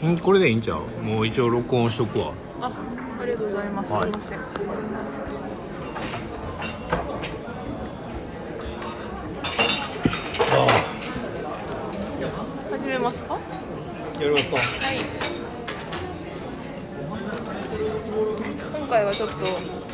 これでいいんちゃう？もう一応録音しとくわ。 ありがとうございます。 はい、 すいません。始めますか？ やりますか。 はい。今回はちょっと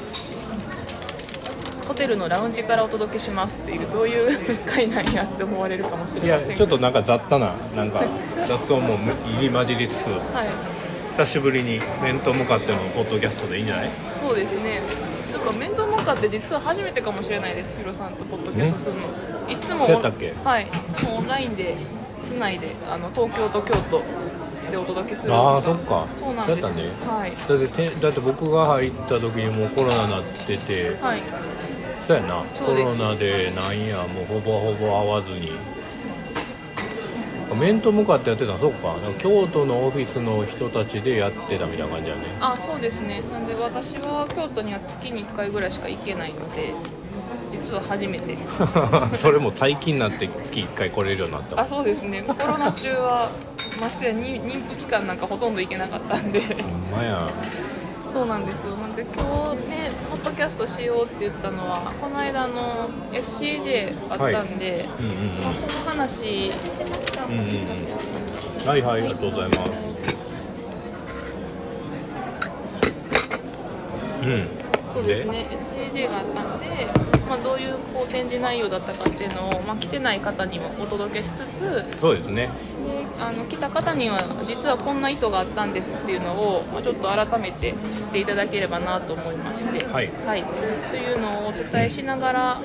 ホテルのラウンジからお届けしますっていうどういう回なんやって思われるかもしれいやませんが、 ちょっとなんか雑多ななんか雑音も入り混じりつつ、 はい、 久しぶりに面と向かってのポッドキャストでいいんじゃない？ そうですね。なんか面と向かって実は初めてかもしれないです。ヒロさんとポッドキャストするの。いつもそうやったっけ？ はい、いつもオンラインでつないで東京と京都でお届けする。 ああそっか。 そうなんです。 そうやったね。 はい。 だって僕が入った時にもうコロナになってて、 はい。 そうやな。コそうですロナでなんやもうほぼ会わずに。面と向かってやってたの。そうか。なんか京都のオフィスの人たちでやってたみたいな感じだね。 あ、そうですね。なんで私は京都には月に1回ぐらいしか行けないので、実は初めて。 それも最近になって月1回来れるようになった。 あ、そうですね。コロナ中はましてや妊婦期間なんかほとんど行けなかったんで。 ほんまや。 そうなんですよ。なんで今日ね、ポッドキャストしようって言ったのはこの間の SCJ あったんで、まあ、その話、 はいはい、ありがとうございます。 そうですね。SCJ があったんで、まあ、どういうこう展示内容だったかっていうのを、まあ、来てない方にもお届けしつつ、 そうですね。 で来た方には実はこんな意図があったんですっていうのを、まあ、ちょっと改めて知っていただければなと思いまして、 はい、 はい、というのをお伝えしながら、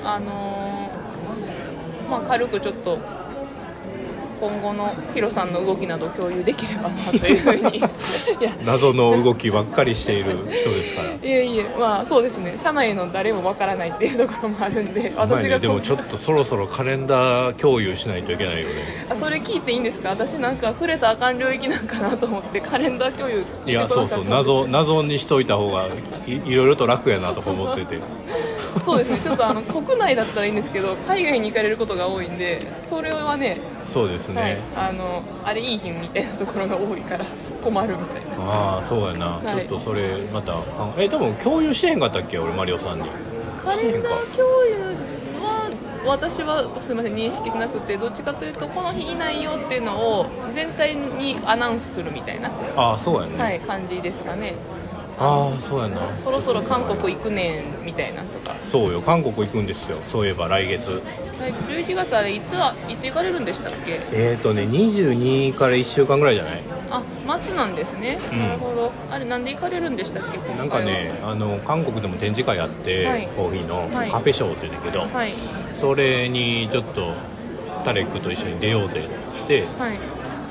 まあ、軽くちょっと今後のヒロさんの動きなど共有できればなというふうにいや謎の動きばっかりしている人ですから。 いえいえ、まあそうですね。社内の誰もわからないっていうところもあるんで、私がでもちょっとそろそろカレンダー共有しないといけないよね。 それ聞いていいんですか？私なんか触れたらあかん領域なんかなと思ってカレンダー共有聞いてこなかったんです。 いやそうそう、謎にしといた方がいろいろと楽やなとか思ってて。 そうですね。ちょっと国内だったらいいんですけど、海外に行かれることが多いんで、それはね、 そうですね、 はい、あれいい日みたいなところが多いから困るみたいな。 ああそうやな、はい、ちょっとそれまた多分共有してへんかったっけ、俺マリオさんに。 カレンダー共有は私はすみません認識しなくて、どっちかというとこの日いないよっていうのを全体にアナウンスするみたいな、 そうやね、 はい、感じですかね。 そうやな。 そろそろ韓国行くねんみたいなとか。 そうよ、韓国行くんですよ。そういえば来月 11月あれいつ行かれるんでしたっけ ？22から1週間ぐらいじゃない？ 末なんですね、なるほど。あれなんで行かれるんでしたっけ？今回はなんかね、韓国でも展示会あって、はい、コーヒーのカフェショーって言うんだけど、はい、それにちょっとタレックと一緒に出ようぜっつって、はい、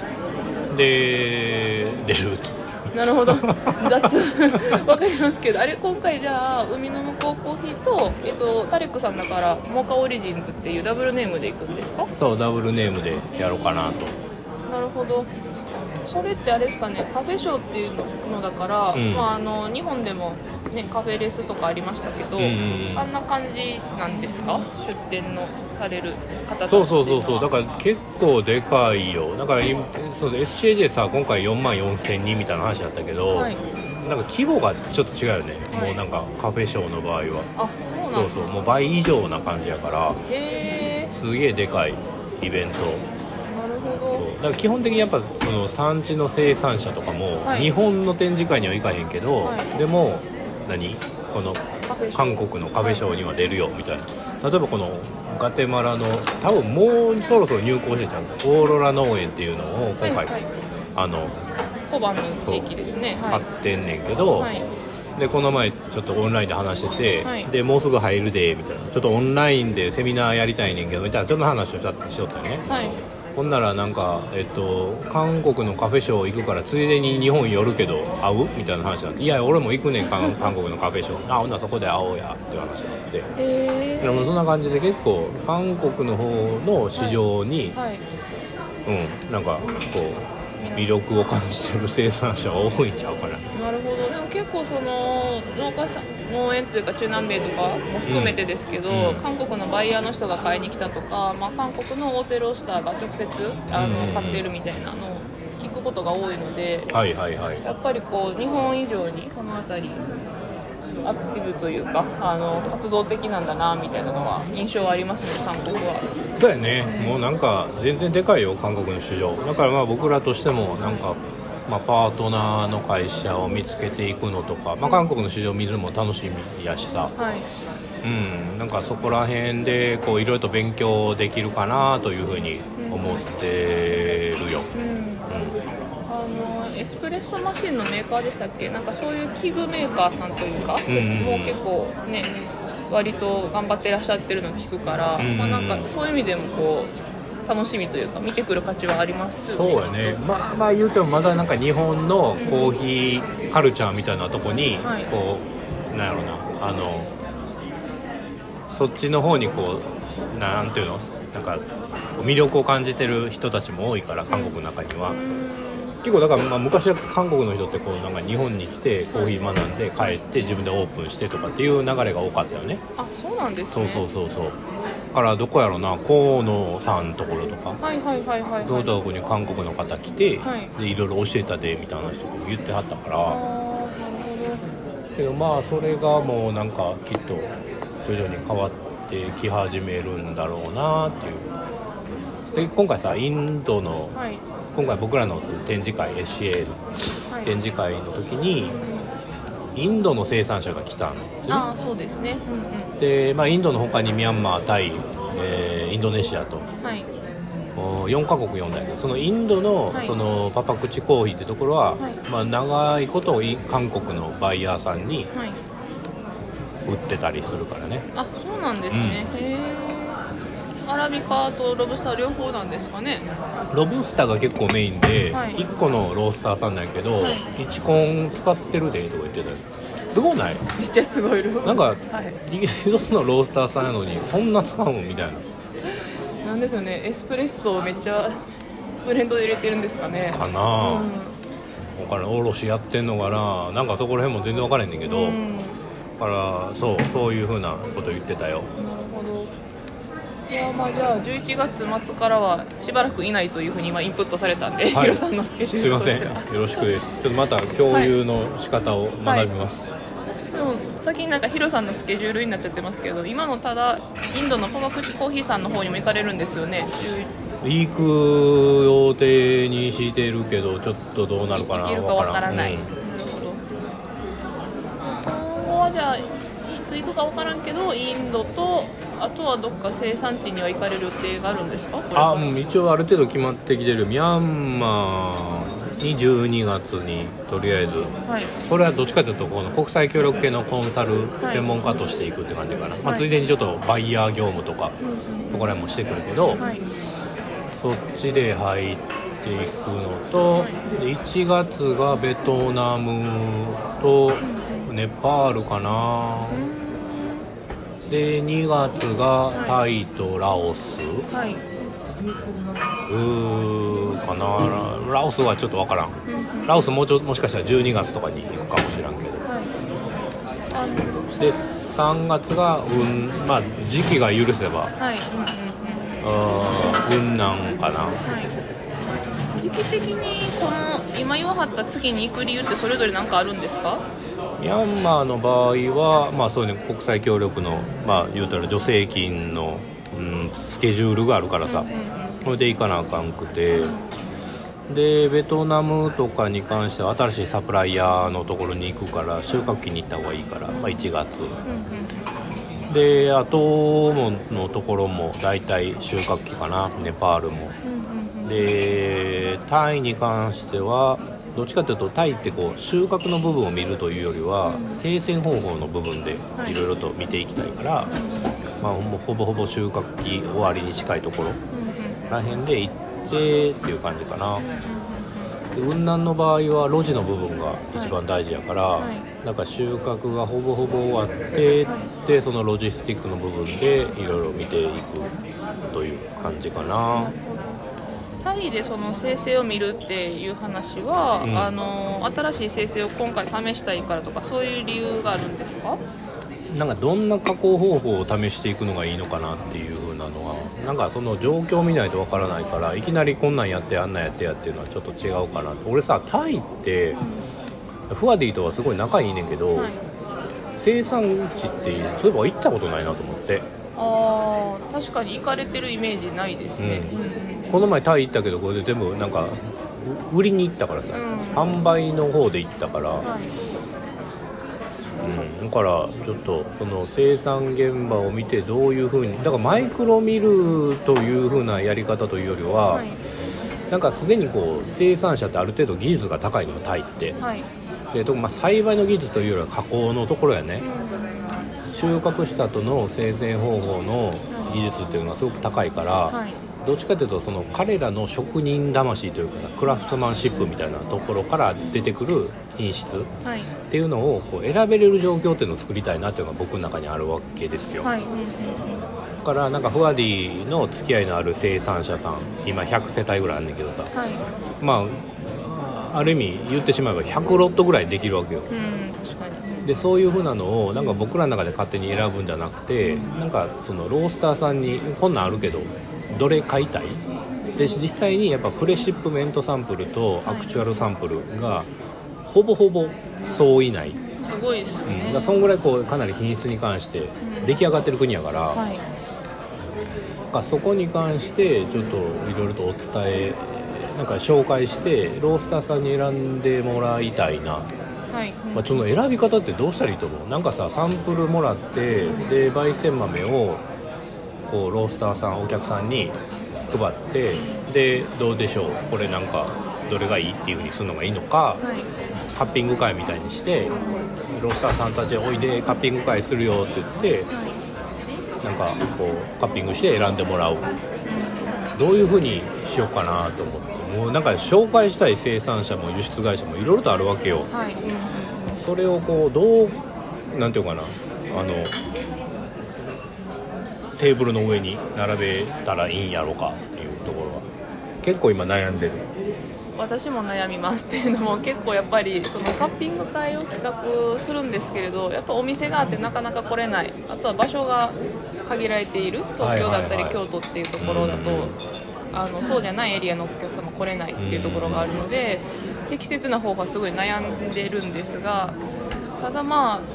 で出ると。 なるほど雑わかりますけど、あれ今回じゃあ海の向こうコーヒーと、タレックさんだからモカオリジンズっていうダブルネームで行くんですか？ そう、ダブルネームでやろうかなと。 なるほど。それってあれですかね、カフェショーっていうのだから、まあ、日本でも、ね、カフェレスとかありましたけど、あんな感じなんですか？出店のされる方たちっていうのは。 そうだから結構でかいよ。だからそう SCJ さ、今回44,000人みたいな話だったけど、はい、なんか規模がちょっと違うよね、はい、もうなんかカフェショーの場合は。 そうなんですか。 そうもう倍以上な感じやから、すげえでかいイベント。だから基本的にやっぱその産地の生産者とかも、はい、日本の展示会には行かへんけど、はい、でもこの韓国のカフェショーには出るよみたいな、はい、例えばこのガテマラの多分もうそろそろ入港してたオーロラ農園っていうのを今回、はいはい、 小判の地域ですね、 買ってんねんけど、はい、でこの前ちょっとオンラインで話してて、はい、でもうすぐ入るでみたいな、ちょっとオンラインでセミナーやりたいねんけどみたいなちょっと話をしとったよね、はい、ほんならなんか、韓国のカフェショー行くからついでに日本寄るけど会うみたいな話になって、いや俺も行くねん韓国のカフェショーほんならそこで会おうやっていう話になって、でもそんな感じで結構韓国の方の市場に、はいはい、なんかこう魅力を感じてる生産者は多いんちゃうかな。 なるほど。でも結構その農園というか中南米とかも含めてですけど、韓国のバイヤーの人が買いに来たとか、まあ、韓国の大手ロースターが直接買ってるみたいなのを聞くくことが多いので、 はいはいはい、 やっぱりこう日本以上にそのあたりアクティブというか活動的なんだなみたいなのは印象はありますね、韓国は。 そうやね、もうなんか全然でかいよ韓国の市場だから。まあ僕らとしてもなんか、まあ、パートナーの会社を見つけていくのとか、まあ、韓国の市場を見るのも楽しみやしさ、 はい、 なんかそこら辺でこういろいろと勉強できるかなというふうに思ってるよ。 エスプレッソマシンのメーカーでしたっけ、なんかそういう器具メーカーさんというか、もう結構ね割と頑張ってらっしゃってるの聞くから、まあ、なんかそういう意味でもこう楽しみというか見てくる価値はありますよね。 そうやね、まあ言うてもまだなんか日本のコーヒーカルチャーみたいなとこにこう、なんやろな、そっちの方にこうなんていうの、なんか魅力を感じてる人たちも多いから、韓国の中には。結構だから、まあ、昔は韓国の人ってこうなんか日本に来てコーヒー学んで帰って自分でオープンしてとかっていう流れが多かったよね。 あ、そうなんですね。 そうだからどこやろな、河野さんのところとか、そのとこに韓国の方来て、でいろいろ教えたでみたいな人も言ってはったから。なるほど。けどまあそれがもうなんかきっと徐々に変わってき始めるんだろうなっていう。で今回さ、インドの、今回僕らの展示会 SCA の展示会の時にインドの生産者が来たんですね。 ああ、そうですね。 で、まあ、インドの他にミャンマー、タイ、インドネシアと、4カ国呼んだけど、そのインドの、そのパパクチコーヒーってところは、まあ、長いことを韓国のバイヤーさんに売ってたりするからね。 あ、そうなんですね。へえ。アラビカとロブスター両方なんですかね。 ロブスターが結構メインで、1個のロースターさんなんやけど、1コン使ってるでとか言ってたよ。すごない？ めっちゃすごい。 なんか、一つのロースターさんやのにそんな使うんみたいな。 なんですよね、エスプレッソをめっちゃブレンドで入れてるんですかね。 かな、分からん、おろしやってんのかな、なんかそこら辺も全然分からへんねんけど、だからそういう風なこと言ってたよ。なるほど。 いや、まあ、じゃあ11月末からはしばらくいないというふうに今インプットされたんで、ヒロさんのスケジュールとしては。 すいません、よろしくです。ちょっとまた共有の仕方を学びます。 でも先になんかヒロさんのスケジュールになっちゃってますけど、今のただインドのパパクチコーヒーさんの方にも行かれるんですよね。 行く予定にしてるけど、ちょっとどうなるかな、 行けるかわからない。なるほど。今後はじゃあいつ行くかわからんけど、インドとあとはどっか生産地には行かれる予定があるんですか？ 一応ある程度決まってきてる。ミャンマーに12月にとりあえず、これはどっちかというとこの国際協力系のコンサル専門家としていくって感じかな、まあ、ついでにちょっとバイヤー業務とか、そこら辺もしてくるけど、そっちで入っていくのと、1月がベトナムとネパールかな、で2月がタイとラオス、かな。ラオスはちょっと分からん、ラオスもしかしたら12月とかに行くかもしれんけど、で3月がまあ時期が許せば、雲南かな。 時期的にその今言わはった月に行く理由ってそれぞれ何かあるんですか？ ミャンマーの場合は、まあそういうね、国際協力の、まあ言うたら助成金の、スケジュールがあるからさ、それで行かなあかんくて、でベトナムとかに関しては新しいサプライヤーのところに行くから収穫期に行った方がいいから、まあ、1月、であとのところも大体収穫期かな、ネパールも、でタイに関してはどっちかというとタイってこう収穫の部分を見るというよりは生鮮方法の部分でいろいろと見ていきたいから、まあ、もうほぼほぼ収穫期終わりに近いところらへんで行ってっていう感じかな。で雲南の場合は路地の部分が一番大事やから、だから収穫がほぼほぼ終わってでそのロジスティックの部分でいろいろ見ていくという感じかな。 タイでその生成を見るっていう話は、新しい生成を今回試したいからとかそういう理由があるんですか？ なんかどんな加工方法を試していくのがいいのかなっていう風なのはなんかその状況を見ないとわからないから、いきなりこんなんやってあんなんやってやっていうのはちょっと違うかな。俺さ、タイって、フワディとはすごい仲いいねんけど、生産地ってそういえば行ったことないなと思って。 ああ、確かに行かれてるイメージないですね。 この前タイ行ったけど、これで全部なんか売りに行ったからさ、販売の方で行ったから、だからちょっとその生産現場を見てどういう風に、だからマイクロ見るという風なやり方というよりは、なんかすでにこう生産者ってある程度技術が高いのよ、タイって。で、栽培の技術というよりは加工のところやね。収穫した後の生鮮方法の技術っていうのがすごく高いから、どっちかというとその彼らの職人魂というかクラフトマンシップみたいなところから出てくる品質っていうのをこう選べれる状況っていうのを作りたいなっていうのが僕の中にあるわけですよ。だからなんかフワディの付き合いのある生産者さん、今100世帯ぐらいあるんだけどさ、まあある意味言ってしまえば100ロットぐらいできるわけよ。 確かに。 でそういう風なのをなんか僕らの中で勝手に選ぶんじゃなくて、なんかそのロースターさんにこんなんあるけどどれ買いたいで、実際にやっぱプレシップメントサンプルとアクチュアルサンプルがほぼほぼ相違ない。 すごいですよね。 そんぐらいこうかなり品質に関して出来上がってる国やから、そこに関してちょっといろいろとお伝えなんか紹介してロースターさんに選んでもらいたいな。その選び方ってどうしたらいいと思う？なんかさ、サンプルもらってで焙煎豆をこうロースターさんお客さんに配って、でどうでしょう、これなんかどれがいいっていう風にするのがいいのか、カッピング会みたいにしてロースターさんたちおいでカッピング会するよって言って、なんかこうカッピングして選んでもらう、どういう風にしようかなと思って。もうなんか紹介したい生産者も輸出会社もいろいろとあるわけよ。それをこうどうなんていうかな、テーブルの上に並べたらいいんやろうかっていうところは結構今悩んでる。 私も悩みますっていうのも、結構やっぱりそのカッピング会を企画するんですけれど、やっぱお店があってなかなか来れない、あとは場所が限られている東京だったり京都っていうところだと、そうじゃないエリアのお客様来れないっていうところがあるので、適切な方法はすごい悩んでるんですが、ただ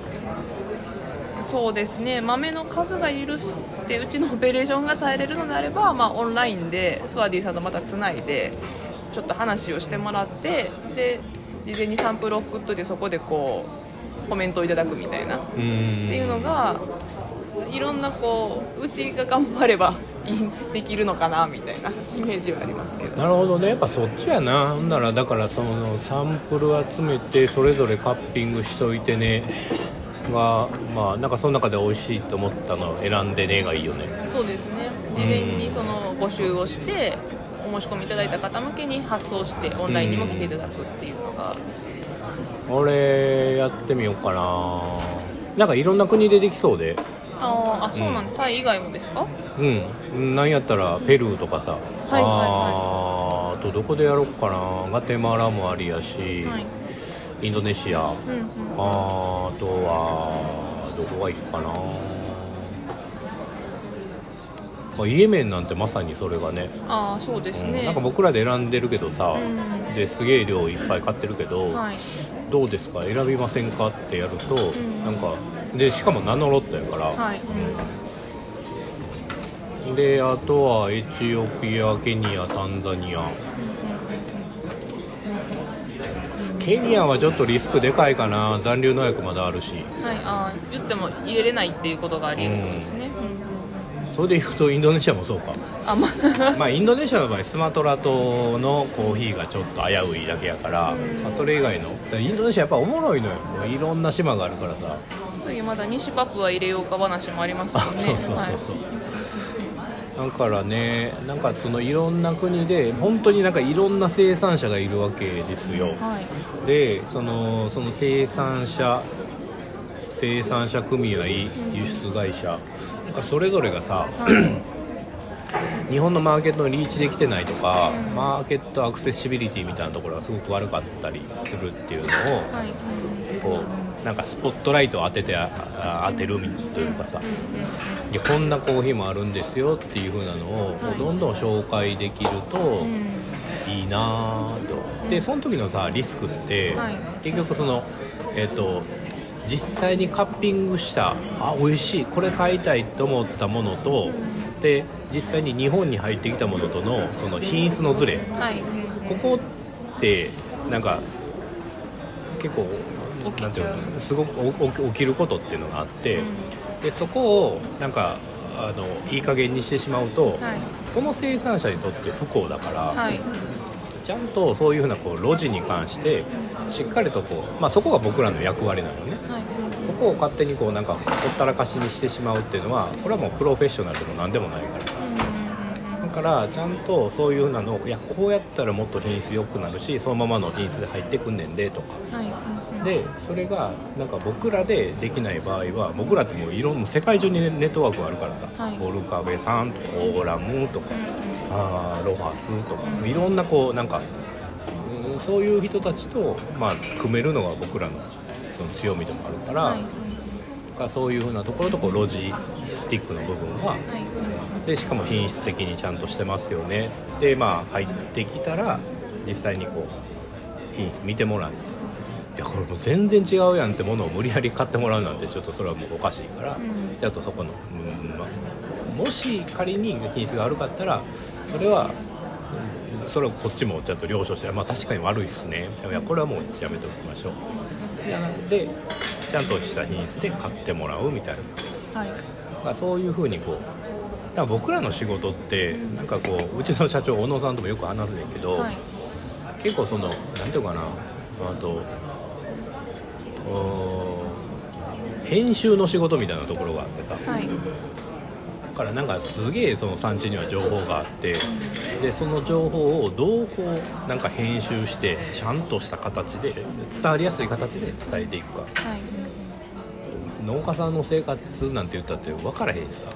そうですね、豆の数が許してうちのオペレーションが耐えれるのであれば、オンラインでフワディさんとまたつないでちょっと話をしてもらって、で事前にサンプルを送っといて、そこでこうコメントをいただくみたいなっていうのが、いろんなこううちが頑張ればできるのかなみたいなイメージはありますけど。 なるほどね、やっぱそっちやな。ほんならだからそのサンプル集めてそれぞれカッピングしといてねが、なんかその中で美味しいと思ったのを選んでねがいいよね。そうですね、 事前にその募集をしてお申し込みいただいた方向けに発送してオンラインにも来ていただくっていうのが、 俺やってみようかな。なんかいろんな国でできそうで。 そうなんです、タイ以外もですか？ なんやったらペルーとかさ、あとどこでやろうかな。ガテマラもありやし、インドネシア、あとはどこがいいかな。イエメンなんてまさにそれがね。 そうですね、 なんか僕らで選んでるけどさ、ですげえ量いっぱい買ってるけど、どうですか選びませんかってやると、なんかでしかもナノロットやから、であとはエチオピア、ケニア、タンザニア、ケニアはちょっとリスクでかいかな。残留農薬まだあるし、 言っても入れれないっていうことがあり得るんですね。 それでいくとインドネシアもそうか。インドネシアの場合スマトラ島のコーヒーがちょっと危ういだけやから、それ以外のインドネシアやっぱおもろいのよ。もういろんな島があるからさ。 次まだ西パプア入れようか話もありますもんね。 そう、だからね、なんかそのいろんな国で本当になんかいろんな生産者がいるわけですよ。でその生産者組合、輸出会社、なんかそれぞれがさ、日本のマーケットのリーチできてないとか、マーケットアクセシビリティみたいなところがすごく悪かったりするっていうのを、 こうなんかスポットライトを当てるというかさ、いやこんなコーヒーもあるんですよっていう風なのをどんどん紹介できるといいなと。でその時のさリスクって、結局その実際にカッピングした美味しいこれ買いたいと思ったものと、で実際に日本に入ってきたものとのその品質のズレ、ここってなんか結構なんていうのすごく起きることっていうのがあって、でそこをなんかいい加減にしてしまうと、その生産者にとって不幸だから、ちゃんとそういうふうなこう路地に関してしっかりとこう、そこが僕らの役割なのね、そこを勝手にこうなんかほったらかしにしてしまうっていうのはこれはもうプロフェッショナルでも何でもないから、だからちゃんとそういうふうなのをこうやったらもっと品質良くなるしそのままの品質で入ってくんねんでとか、でそれがなんか僕らでできない場合は僕らってもう世界中にネットワークがあるからさ、ボルカフェさんとかオーラムとか、ロハスとか、いろんなこうなんか、そういう人たちと、組めるのが僕らのその強みでもあるから、そういうふうなところとこうロジスティックの部分は、でしかも品質的にちゃんとしてますよねで、入ってきたら実際にこう品質見てもらう、いやこれもう全然違うやんってものを無理やり買ってもらうなんてちょっとそれはもうおかしいから、であとそこの、もし仮に品質が悪かったらそれをこっちもちゃんと了承して、確かに悪いっすね、いやこれはもうやめておきましょうでちゃんとした品質で買ってもらうみたいな、そういう風にこうだから僕らの仕事ってなんかこううちの社長小野さんともよく話すねんけど、結構そのなんていうかな編集の仕事みたいなところがあってさ、だからなんかすげえその産地には情報があって、でその情報をどうこうなんか編集してちゃんとした形で伝わりやすい形で伝えていくか、農家さんの生活なんて言ったって分からへんしさ、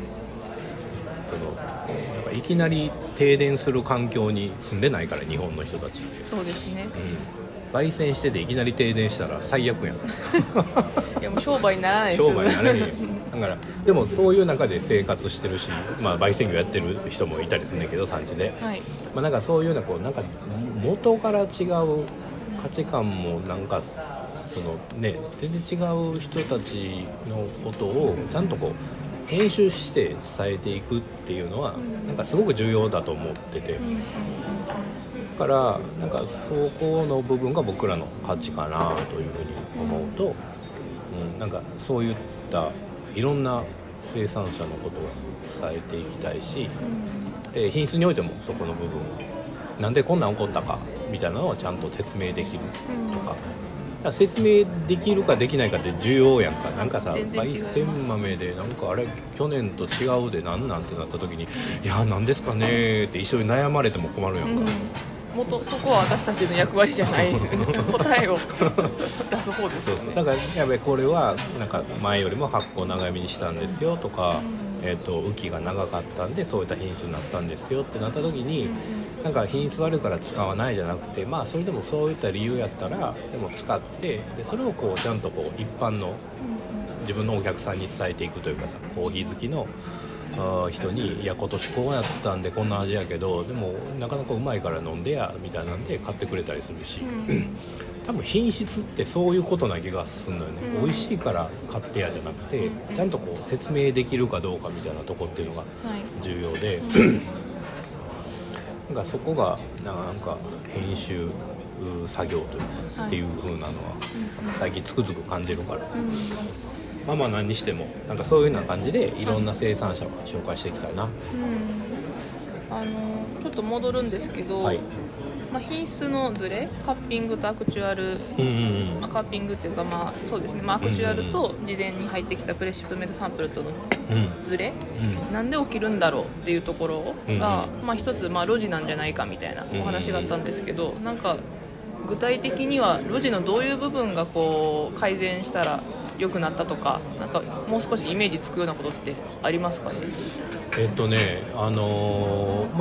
なんかいきなり停電する環境に住んでないから日本の人たち。 そうですね、 焙煎してていきなり停電したら最悪やんいやもう商売にならないですよ商売にならへんだからでもそういう中で生活してるし、焙煎業やってる人もいたりするんだけど産地で、なんかそういうようなこうなんか元から違う価値観もなんかそのね全然違う人たちのことをちゃんとこう編集して伝えていくっていうのはなんかすごく重要だと思ってて、だからなんかそこの部分が僕らの価値かなというふうに思うと、なんかそういったいろんな生産者のことを伝えていきたいし、品質においてもそこの部分なんでこんなん起こったかみたいなのをちゃんと説明できるとか、説明できるかできないかって重要やんか。なんかさ焙煎豆でなんかあれ去年と違うでなんなんてなった時にいやなんですかねって一緒に悩まれても困るやんか、 そこは私たちの役割じゃないですよね答えを出す方ですよね。 だからやっぱりこれはなんか前よりも発酵長めにしたんですよとか、浮きが長かったんでそういった品質になったんですよってなった時に、なんか品質悪いから使わないじゃなくて、それでもそういった理由やったらでも使って、でそれをこうちゃんとこう一般の自分のお客さんに伝えていくというかさ、コーヒー好きの人にいや今年こうやったんでこんな味やけどでもなかなかうまいから飲んでやみたいなんで買ってくれたりするし、多分品質ってそういうことな気がするのよね、美味しいから買ってやじゃなくて、ちゃんとこう説明できるかどうかみたいなとこっていうのが重要で、なんかそこがなんか編集作業というかっていう風なのは最近つくづく感じるから、何にしてもなんかそういうような感じでいろんな生産者を紹介していきたいな。 ちょっと戻るんですけど、品質のズレ、カッピングとアクチュアル、カッピングっていうかそうですね、アクチュアルと事前に入ってきたプレシップメントサンプルとのズレ、なんで起きるんだろうっていうところが、一つ路地なんじゃないかみたいなお話があったんですけど、なんか具体的には路地のどういう部分がこう改善したら良くなったとか、なんかもう少しイメージつくようなことってありますかね。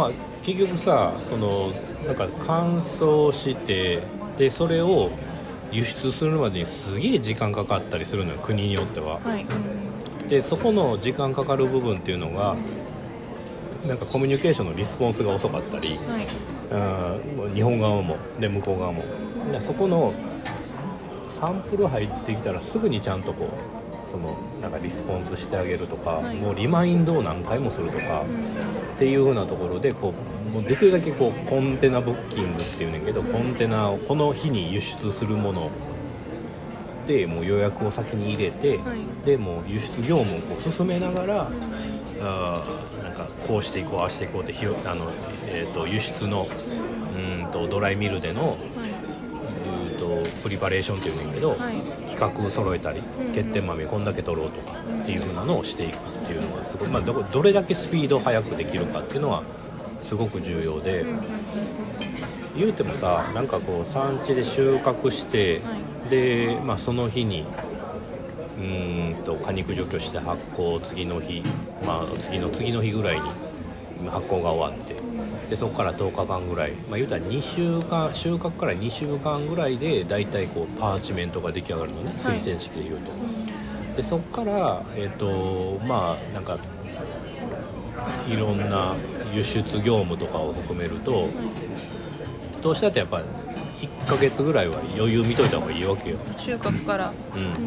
結局さなんか乾燥してでそれを輸出するまでにすげえ時間かかったりするのよ、国によっては、 はい、 でそこの時間かかる部分っていうのがなんかコミュニケーションのリスポンスが遅かったり、はい、日本側もで向こう側もでそこのサンプル入ってきたらすぐにちゃんとこうそのなんかリスポンスしてあげるとか、はい、もうリマインドを何回もするとか、っていう風なところでこうもうできるだけこうコンテナブッキングっていうねんけど、コンテナをこの日に輸出するものでもう予約を先に入れて、はい、でもう輸出業務をこう進めながら、なんかこうしていこうああしていこうって輸出のドライミルでの、プリパレーションっていうんだけど、はい、企画揃えたり、欠点豆こんだけ取ろうとかっていう風なのをしていくっていうのがすごい、どれだけスピード速くできるかっていうのはすごく重要で、言うてもさなんかこう産地で収穫して、はい、で、その日に果肉除去して発酵次の日、次の日ぐらいに発酵が終わってでそこから10日間ぐらい、言うたら2週間収穫から2週間ぐらいでだいたいこうパーチメントが出来上がるのね、水洗式でいうと、でそこからなんかいろんな輸出業務とかを含めると、どうしたってやっぱ1ヶ月ぐらいは余裕見といた方がいいわけよ、 収穫から、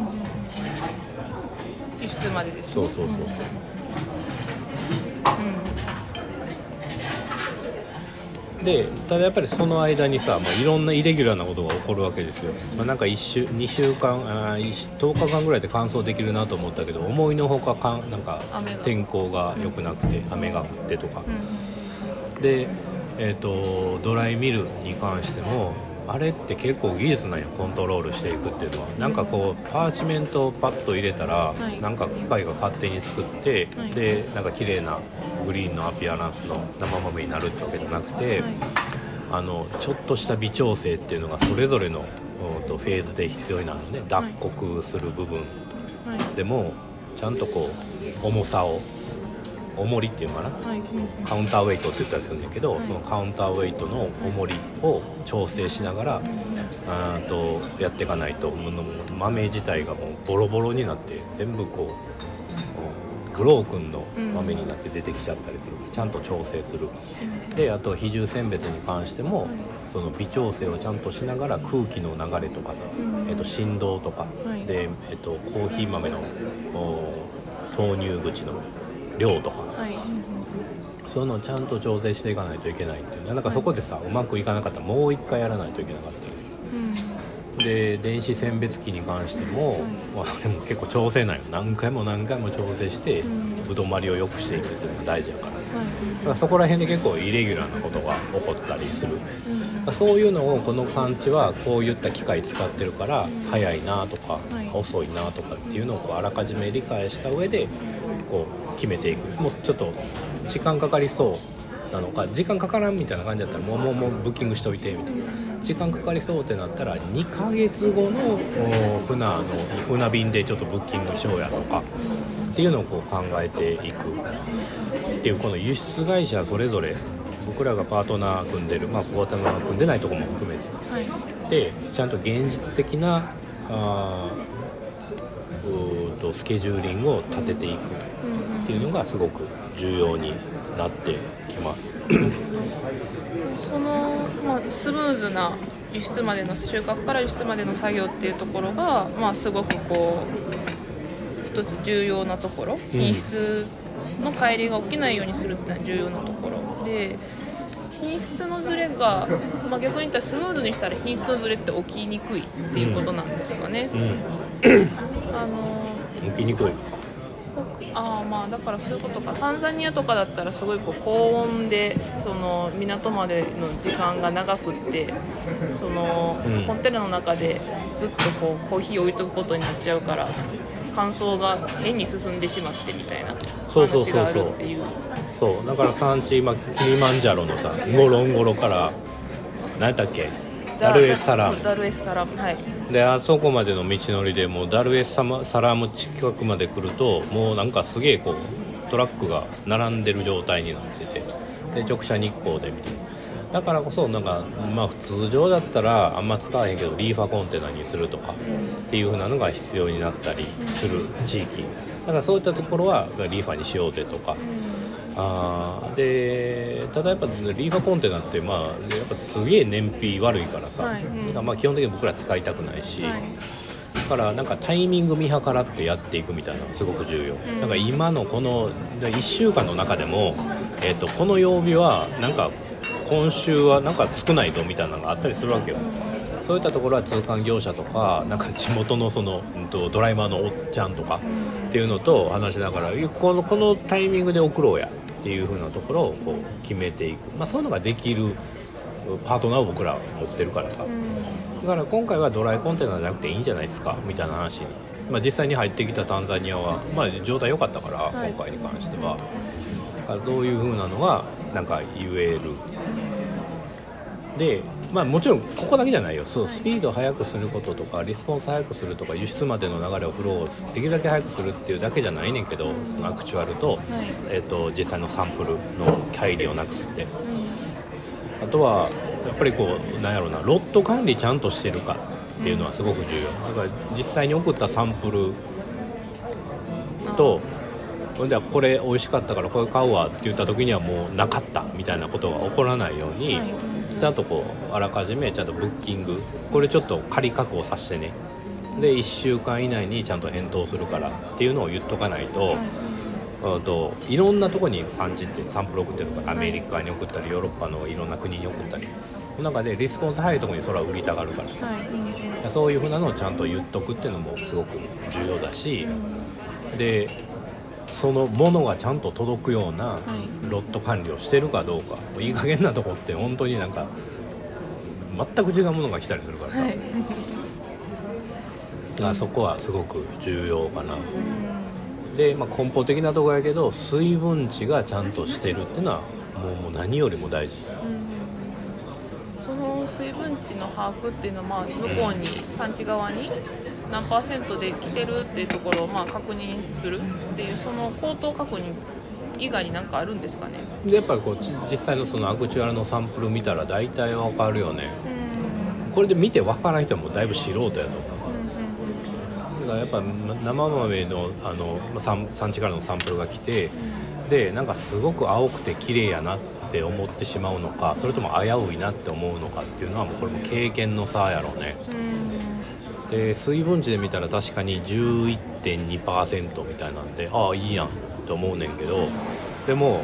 輸出までですね。 そう、でただやっぱりその間にさ、いろんなイレギュラーなことが起こるわけですよ、なんか2週間10日間ぐらいで完走できるなと思ったけど思いのほかなんか天候が良くなくて、雨が降ってとか、で、ドライミルに関してもあれって結構技術なんよ、コントロールしていくっていうのは。なんかこうパーチメントをパッと入れたら、なんか機械が勝手に作って、でなんか綺麗なグリーンのアピアランスの生豆になるってわけじゃなくて、ちょっとした微調整っていうのがそれぞれのフェーズで必要になるのね。脱穀する部分でもちゃんとこう重さを重りっていうのかな、カウンターウェイトって言ったりするんだけど、そのカウンターウェイトの重りを調整しながら、やっていかないと豆自体がもうボロボロになって全部こうグロー君の豆になって出てきちゃったりする、ちゃんと調整する。であと比重選別に関してもその微調整をちゃんとしながら空気の流れとかさ、振動とか、で、コーヒー豆の投入口の量とか、そういうのをちゃんと調整していかないといけないっていう、なんかそこでさ、うまくいかなかったらもう一回やらないといけなかったりする、で電子選別機に関しても、あれも結構調整なんよ。何回も調整してぶどまりを良くしていくっていうのが大事やから、だからそこら辺で結構イレギュラーなことが起こったりする、そういうのをこの産地はこういった機械使ってるから早いなとか、遅いなとかっていうのをこうあらかじめ理解した上でこう決めていく。もうちょっと時間かかりそうなのか、時間かからんみたいな感じだったらもうブッキングしといてみたいな、時間かかりそうってなったら2ヶ月後の船便でちょっとブッキングしようやとかっていうのをこう考えていくっていう、この輸出会社それぞれ僕らがパートナー組んでる、パートナー組んでないところも含めて、でちゃんと現実的なスケジューリングを立てていくっていうのがすごく重要になってきますその、スムーズな輸出までの収穫から輸出までの作業っていうところが、すごくこう一つ重要なところ、品質の乖離が起きないようにするっていうのは重要なところで、品質のズレが、逆に言ったらスムーズにしたら品質のズレって起きにくいっていうことなんですかね、 起きにくい。 だからそういうことか。タンザニアとかだったらすごいこう高温でその港までの時間が長くってそのコンテナの中でずっとこうコーヒーを置いとくことになっちゃうから乾燥が変に進んでしまってみたいな話があるっていう。 そうだから産地今キリマンジャロのさゴロンゴロから何だっけダルエッサラム、はい、であそこまでの道のりでもうダルエッサラム近くまで来るともうなんかすげえこうトラックが並んでる状態になってて、 で直射日光でみたいな。だからこそなんか、まあ、通常だったらあんま使わへんけどリーファコンテナにするとかっていう風なのが必要になったりする地域だからそういったところはリーファにしようぜとか、でただやっぱリーファコンテナって、まあ、やっぱすげえ燃費悪いからさ、まあ、基本的に僕ら使いたくないし、だからなんかタイミング見計らってやっていくみたいなのがすごく重要、だから今のこの1週間の中でも、この曜日はなんか今週はなんか少ないぞみたいなのがあったりするわけよ。そういったところは通関業者とかなんか地元のその、ドライバーのおっちゃんとかっていうのと話しながらこのタイミングで送ろうやっていう風なところをこう決めていく、まあ、そういうのができるパートナーを僕ら持ってるからさ、だから今回はドライコンテナじゃなくていいんじゃないですかみたいな話に、まあ、実際に入ってきたタンザニアは、まあ、状態良かったから、今回に関してはそういう風なのがなんか言える。で、まあ、もちろんここだけじゃないよ。そう、スピードを速くすることとかリスポンス速くするとか輸出までの流れをフローをできるだけ速くするっていうだけじゃないねんけど、そのアクチュアルと、実際のサンプルの乖離をなくすって、あとはやっぱりこうなんやろうな、ロット管理ちゃんとしてるかっていうのはすごく重要だから、実際に送ったサンプルとでこれ美味しかったからこれ買うわって言った時にはもうなかったみたいなことが起こらないように、ちゃんとこうあらかじめちゃんとブッキング、これちょっと仮確保させてね、で1週間以内にちゃんと返答するからっていうのを言っとかないと、いろんなとこに産地ってサンプル送ってるから、アメリカに送ったりヨーロッパのいろんな国に送ったり、その中でリスポンス早いところにそれは売りたがるから、そういうふうなのをちゃんと言っとくっていうのもすごく重要だし、でそのものがちゃんと届くようなロット管理をしてるかどうか、いい加減なとこって本当になんか全く違うものが来たりするからさ、だからそこはすごく重要かな。で、まあ、根本的なところやけど水分値がちゃんとしてるっていうのはもう何よりも大事、 その水分値の把握っていうのは、まあ、向こうに産地側に何%で来てるっていうところをまあ確認するっていう、その口頭確認以外に何かあるんですかね。 でやっぱりこう実際のそのアクチュアルのサンプル見たら大体わかるよね。これで見てわからない人はもうだいぶ素人やと思う。だからやっぱ生豆の産地からのサンプルが来て、でなんかすごく青くて綺麗やなって思ってしまうのか、それとも危ういなって思うのかっていうのはもうこれも経験の差やろうね。で水分値で見たら確かに 11.2% みたいなんで、ああいいやんって思うねんけど、でも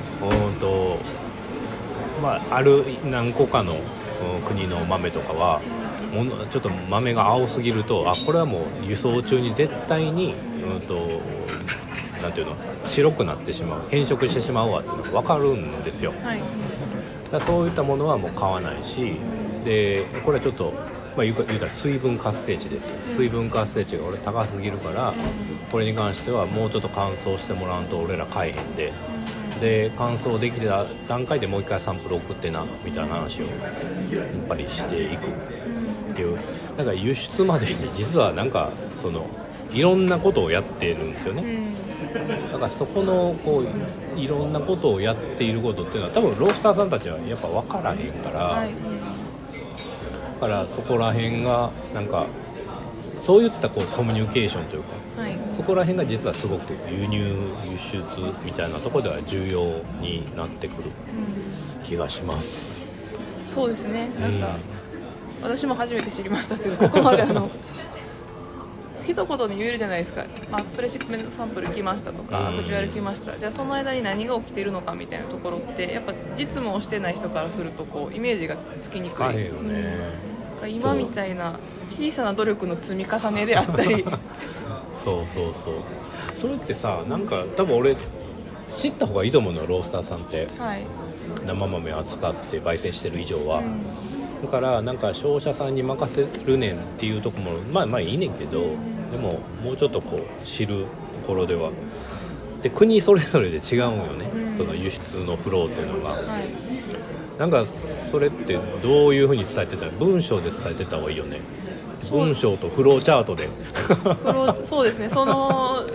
まあ、ある何個かの国の豆とかはちょっと豆が青すぎると、あこれはもう輸送中に絶対になんていうの、白くなってしまう、変色してしまうわっていうのが分かるんですよ、だからそういったものはもう買わないし、でこれはちょっとまあ、言うたら水分活性値ですよ。水分活性値が俺高すぎるから、これに関してはもうちょっと乾燥してもらうと俺ら買えへんで、で乾燥できた段階でもう一回サンプル送ってなみたいな話をやっぱりしていくっていう、なんか輸出までに実はなんかそのいろんなことをやってるんですよね。だからそこのこういろんなことをやっていることっていうのは多分ロースターさんたちはやっぱ分からへんから、だからそこら辺がなんかそういったこうコミュニケーションというか、そこら辺が実はすごく輸入輸出みたいなところでは重要になってくる気がします。 そうですね、なんか、私も初めて知りましたけど、ここまで一言で言えるじゃないですか。プレシップメントサンプル来ましたとか、アクチュアル来ました、じゃあその間に何が起きているのかみたいなところってやっぱ実務をしてない人からするとこうイメージがつきにくい。 使えへんよね。 今みたいな小さな努力の積み重ねであったりそうそれってさ、なんか多分俺知った方がいいと思うのよ、ロースターさんって、生豆を扱って焙煎してる以上は、だからなんか商社さんに任せるねんっていうところもまあいいねんけど、でももうちょっとこう知るところではで国それぞれで違うんよね、その輸出のフローっていうのが、なんかそれってどういう風に伝えてたの？文章で伝えてた方がいいよね。文章とフローチャートでそうですね、その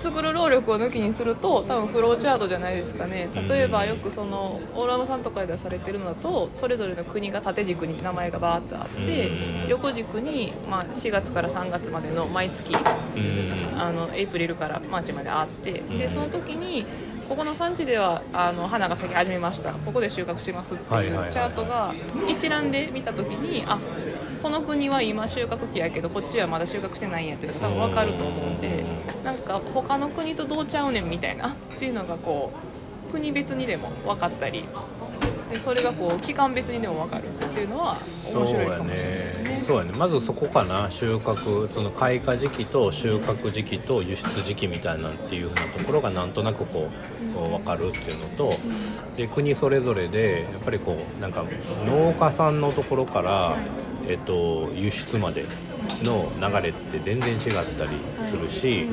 作る労力を抜きにすると多分フローチャートじゃないですかね。例えばよくそのオーラムさんとかで出されてるのだとそれぞれの国が縦軸に名前がバーッとあって横軸にまあ4月から3月までの毎月エイプリルからマーチまであってでその時にここの産地では花が咲き始めましたここで収穫しますっていうチャートが一覧で見た時にこの国は今収穫期やけどこっちはまだ収穫してないんやっていうのが多分分かると思うんでなんか他の国とどうちゃうねんみたいなっていうのがこう国別にでも分かったりでそれがこう期間別にでも分かるっていうのは面白いかもしれないですね。 そうやね。まずそこかな。収穫その開花時期と収穫時期と輸出時期みたいなっていう風なところがなんとなくこう分かるっていうのと、で国それぞれでやっぱりこうなんか農家さんのところから、輸出までの流れって全然違ったりするし、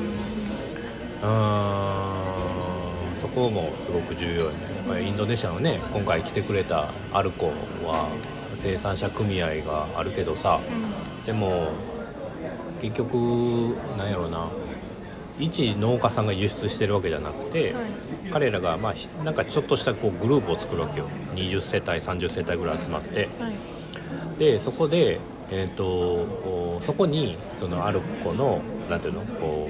そこもすごく重要やね。やっぱりインドネシアのね今回来てくれたアルコは生産者組合があるけどさ、でも結局なんやろうな一農家さんが輸出してるわけじゃなくて、彼らがなんかちょっとしたこうグループを作るわけよ。20世帯30世帯ぐらい集まって、でそこで、そこにそのアルコのなんていうのこ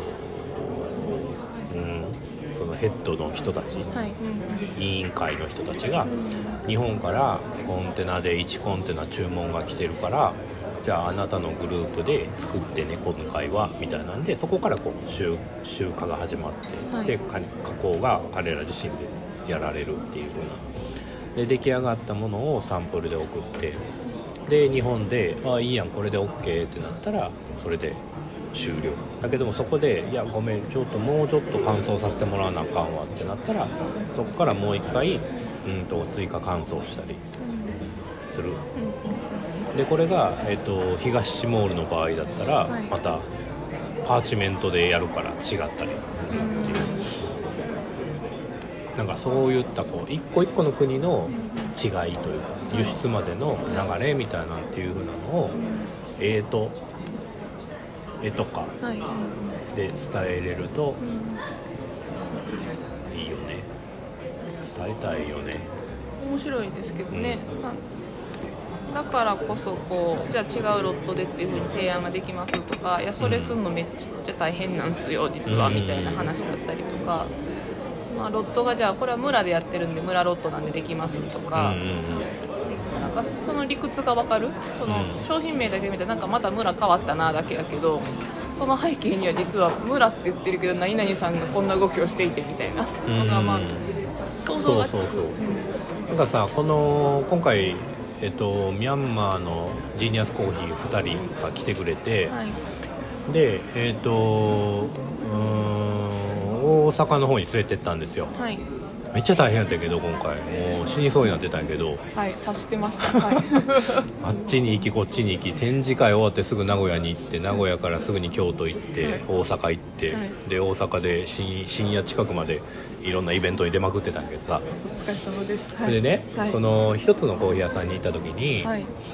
う、そのヘッドの人たち、委員会の人たちが日本からコンテナで1コンテナ注文が来てるからじゃああなたのグループで作ってね今回はみたいなんでそこからこう集荷が始まって、で加工が彼ら自身でやられるっていう風なで出来上がったものをサンプルで送ってで日本でいいやんこれで OK ってなったらそれで終了だけどもそこでいやごめんちょっともうちょっと乾燥させてもらわなあかんわってなったらそこからもう一回追加乾燥したりする、でこれが、東シモールの場合だったら、またパーチメントでやるから違ったりっていう、なんかそういったこう一個一個の国の違いというか輸出までの流れみたいなっていう風なのを絵とかで伝えれるといいよね。伝えたいよね。 面白いですけどね、だからこそこうじゃあ違うロットでっていう風に提案ができますとかいやそれすんのめっちゃ大変なんすよ実はみたいな話だったりとか、ロットがじゃあこれは村でやってるんで村ロットなんでできますとか、なんかその理屈が分かるその商品名だけ見たらなんかまた村変わったなだけやけどその背景には実は村って言ってるけど何々さんがこんな動きをしていてみたいなのが想像がつく。 なんかさ今回ミャンマーのジーニアスコーヒー2人が来てくれて、で大阪の方に連れてったんですよ、めっちゃ大変やったけど今回もう死にそうになってたんやけど察してました、 あっちに行きこっちに行き展示会終わってすぐ名古屋に行って名古屋からすぐに京都行って、大阪行って、で大阪で深夜近くまでいろんなイベントに出まくってたんやけどさお疲れ様です、 でね、その一つのコーヒー屋さんに行った時に、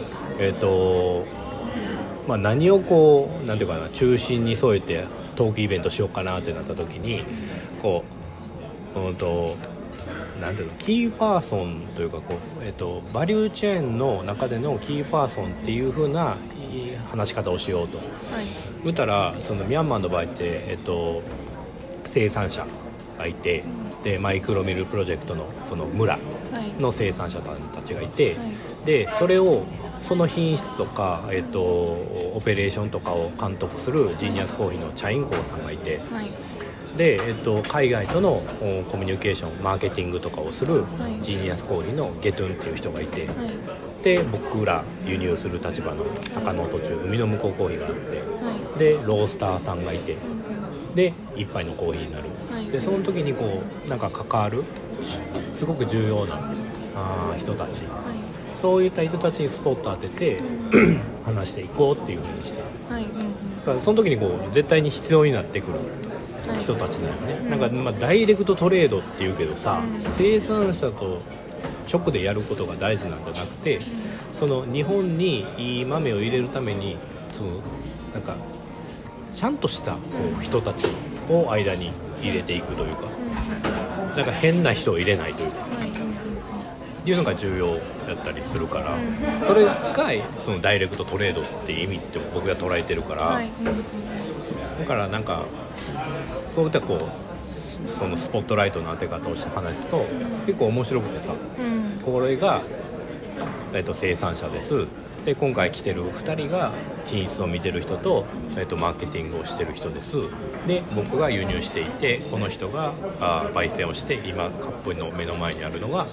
何をこうなんていうかな中心に添えてトークイベントしようかなってなった時にこうなんていうのキーパーソンというかこう、バリューチェーンの中でのキーパーソンっていう風な話し方をしようと、言ったらそのミャンマーの場合って、生産者がいてでマイクロミルプロジェクトのその村の生産者たちがいて、でその品質とか、オペレーションとかを監督するジーニアスコーヒーのチャインコーさんがいて、で、海外とのコミュニケーションマーケティングとかをするジーニアスコーヒーのゲトゥンっていう人がいて、で僕ら輸入する立場の坂の途中海の向こうコーヒーがあって、でロースターさんがいてで一杯のコーヒーになる、でその時にこうなんか関わるすごく重要な人たち、そういった人たちにスポット当てて話していこうっていう風にした、だからその時にこう絶対に必要になってくる人たちだよね、なんかダイレクトトレードっていうけどさ、生産者と直でやることが大事なんじゃなくて、その日本にいい豆を入れるためにそのなんかちゃんとしたこう人たちを間に入れていくというか、なんか変な人を入れないというか、っていうのが重要だったりするから、それがそのダイレクトトレードっていう意味って僕が捉えてるから、だからなんかそういったこうそのスポットライトの当て方をして話すと結構面白くてさ、これが、生産者です。で今回来てる2人が品質を見てる人と、マーケティングをしてる人です。で僕が輸入していて、この人が焙煎をして今カップの目の前にあるのが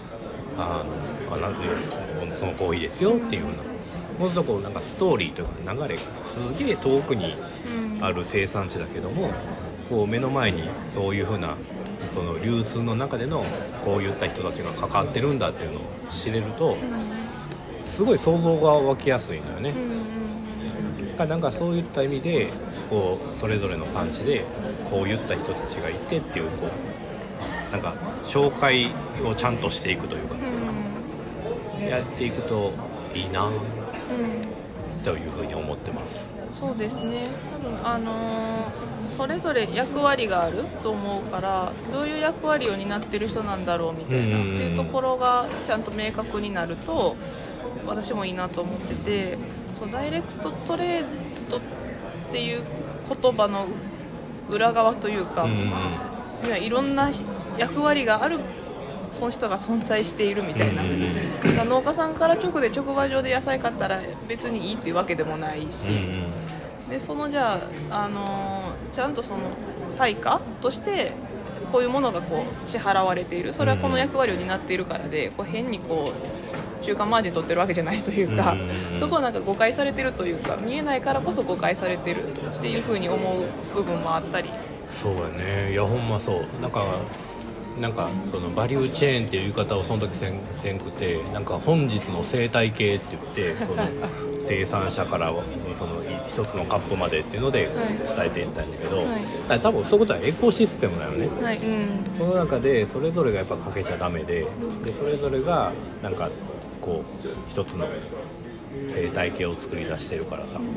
そのコーヒーですよっていうような、もうちょっとこうなんかストーリーというか流れがすげえ遠くにある生産地だけども、こう目の前にそういう風なその流通の中でのこういった人たちが関わってるんだっていうのを知れると、すごい想像が湧きやすいのよね。なんかそういった意味でこうそれぞれの産地でこういった人たちがいてっていう、こうなんか紹介をちゃんとしていくというか、やっていくといいなというふうに思ってます。 そうですね、多分それぞれ役割があると思うから、どういう役割を担ってる人なんだろうみたいな、っていうところがちゃんと明確になると私もいいなと思ってて、そうダイレクトトレードっていう言葉の裏側というか、いろんな役割があるその人が存在しているみたいな、農家さんから直で直売所で野菜買ったら別にいいっていうわけでもないし、でそのじゃあ、ちゃんとその対価としてこういうものがこう支払われている、それはこの役割を担っているからで、こう変にこう中間マージン取ってるわけじゃないというか、そこはなんか誤解されてるというか、見えないからこそ誤解されてるっていうふうに思う部分もあったり。 そうやね、いやほんまそう、なんかそのバリューチェーンっていう言い方をその時せんくて、なんか本日の生態系って言ってその生産者からその一つのカップまでっていうので伝えていったんだけど、多分そういうことはエコシステムだよね、その中でそれぞれがやっぱかけちゃダメで、それぞれがなんかこう一つの生態系を作り出してるからさ、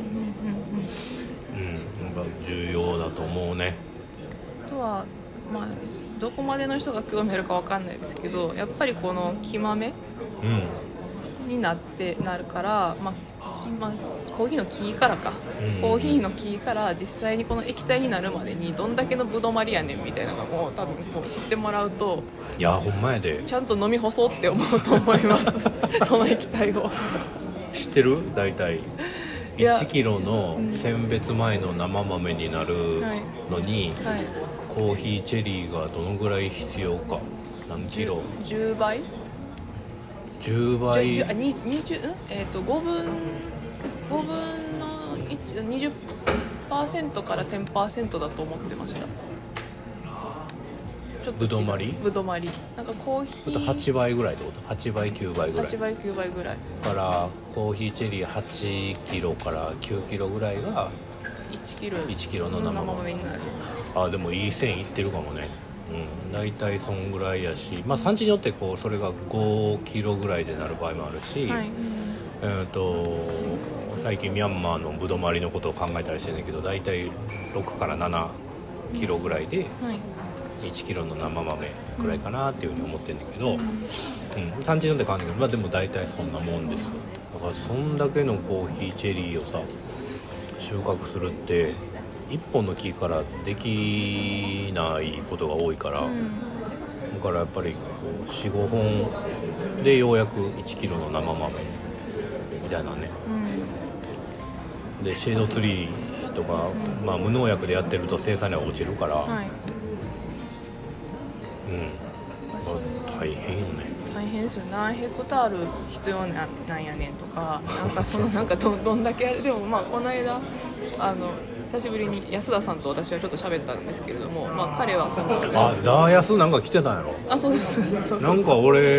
重要だと思うね。 あとはまあどこまでの人が興味あるか分かんないですけど、やっぱりこの木豆になるから、コーヒーの木からか、コーヒーの木から実際にこの液体になるまでにどんだけのぶどまりやねんみたいなのも多分こう知ってもらうと、 いやほんまやで、 ちゃんと飲み干そうって思うと思いますその液体を知ってる？大体1キロの選別前の生豆になるのに、コーヒーチェリーがどのぐらい必要か、何キロ ？10倍 5分の 20% から 10% だと思ってました。ちょっとぶどまりなんかコーヒー 8倍ぐらいってこと？8倍9倍ぐらい、 8倍9倍ぐらいからコーヒーチェリー8キロから9キロぐらいが1キロの生豆になる。 でもいい線いってるかもね。大体そんぐらいやし、産地によってこうそれが5キロぐらいでなる場合もあるし、最近ミャンマーのぶどまりのことを考えたりしてるんだけど、大体6から7キロぐらいで1キロの生豆ぐらいかなっていうふうに思ってるんだけど、産地によって変わるんだけど、でも大体そんなもんですよ。だからそんだけのコーヒーチェリーをさ収穫するって1本の木からできないことが多いから、だからやっぱり 4,5 本でようやく1キロの生豆みたいなね、でシェードツリーとか、無農薬でやってると生産量が落ちるから、大変よね。 大変ですよ。何ヘクタール必要なんやねんとか、なんかそのなんかどんだけあれでも、この間久しぶりに安田さんと私はちょっと喋ったんですけれども、彼はそのダーヤスなんか来てたんやろ。 そうです。 なんか俺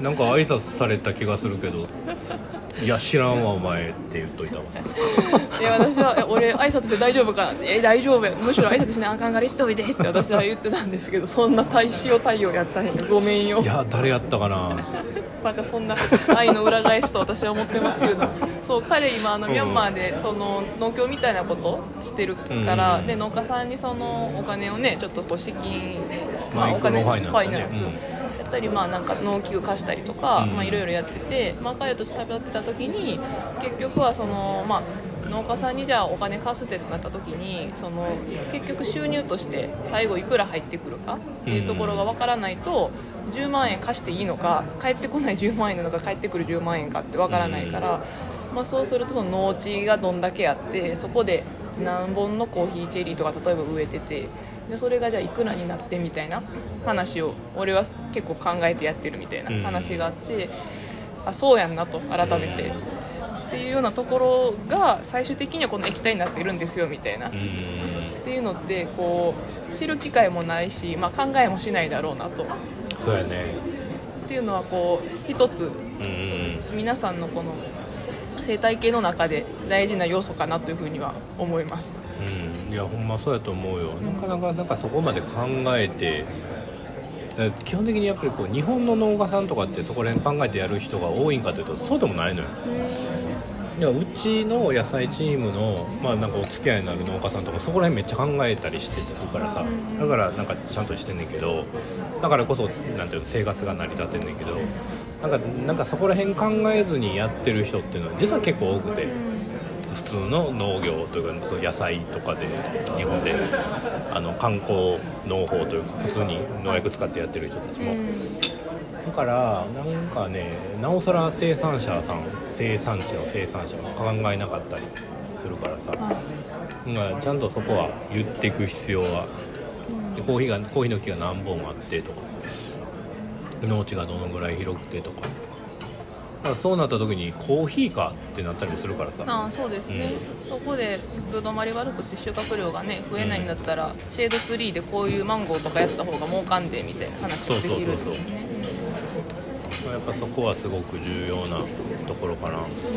なんか挨拶された気がするけどいや知らんわお前って言っといたわいや私は俺挨拶して大丈夫かなって大丈夫やむしろ挨拶しなあかんから言っといてって私は言ってたんですけどそんな塩対応やったんやごめんよ。 いや誰やったかなまたそんな愛の裏返しと私は思ってますけれどもそう彼今ミャンマーでその農協みたいなことしてるから、で農家さんにそのお金をねちょっとこう資金、 お金ファイナンス、 やったりなんか農機具貸したりとかいろいろやってて、彼と喋ってた時に結局はその農家さんにじゃあお金貸すってなった時にその結局収入として最後いくら入ってくるかっていうところが分からないと10万円貸していいのか返ってこない10万円なのか返ってくる10万円かって分からないから、そうするとその農地がどんだけあってそこで何本のコーヒーチェリーとか例えば植えててでそれがじゃあいくらになってみたいな話を俺は結構考えてやってるみたいな話があって、あそうやんなと改めてっていうようなところが最終的にはこの液体になってるんですよみたいなっていうのってこう知る機会もないし、考えもしないだろうなと。 そうやねっていうのはこう一つ皆さんのこの生態系の中で大事な要素かなというふうには思います、 いやほんまそうやと思うよ、なかなかなんかそこまで考えて基本的にやっぱりこう日本の農家さんとかってそこら辺考えてやる人が多いんかというとそうでもないのよ。いやうちの野菜チームの、なんかお付き合いになる農家さんとかそこら辺めっちゃ考えたりしてるからさ、だからなんかちゃんとしてんねんけどだからこそなんていうの生活が成り立ってんねんけどなんかそこら辺考えずにやってる人っていうのは実は結構多くて、普通の農業というか野菜とかで日本で観光農法というか普通に農薬使ってやってる人たちも、だからなんかねなおさら生産地の生産者が考えなかったりするからさ、ちゃんとそこは言っていく必要は、でコーヒーの木が何本あってとか農地がどのぐらい広くてとか、だからそうなった時にコーヒーかってなったりするからさ。 そうですね、そこでぶどまり悪くて収穫量がね増えないんだったら、シェードツリーでこういうマンゴーとかやった方が儲かんでみたいな話もできるってことですね。 やっぱそこはすごく重要なところかな、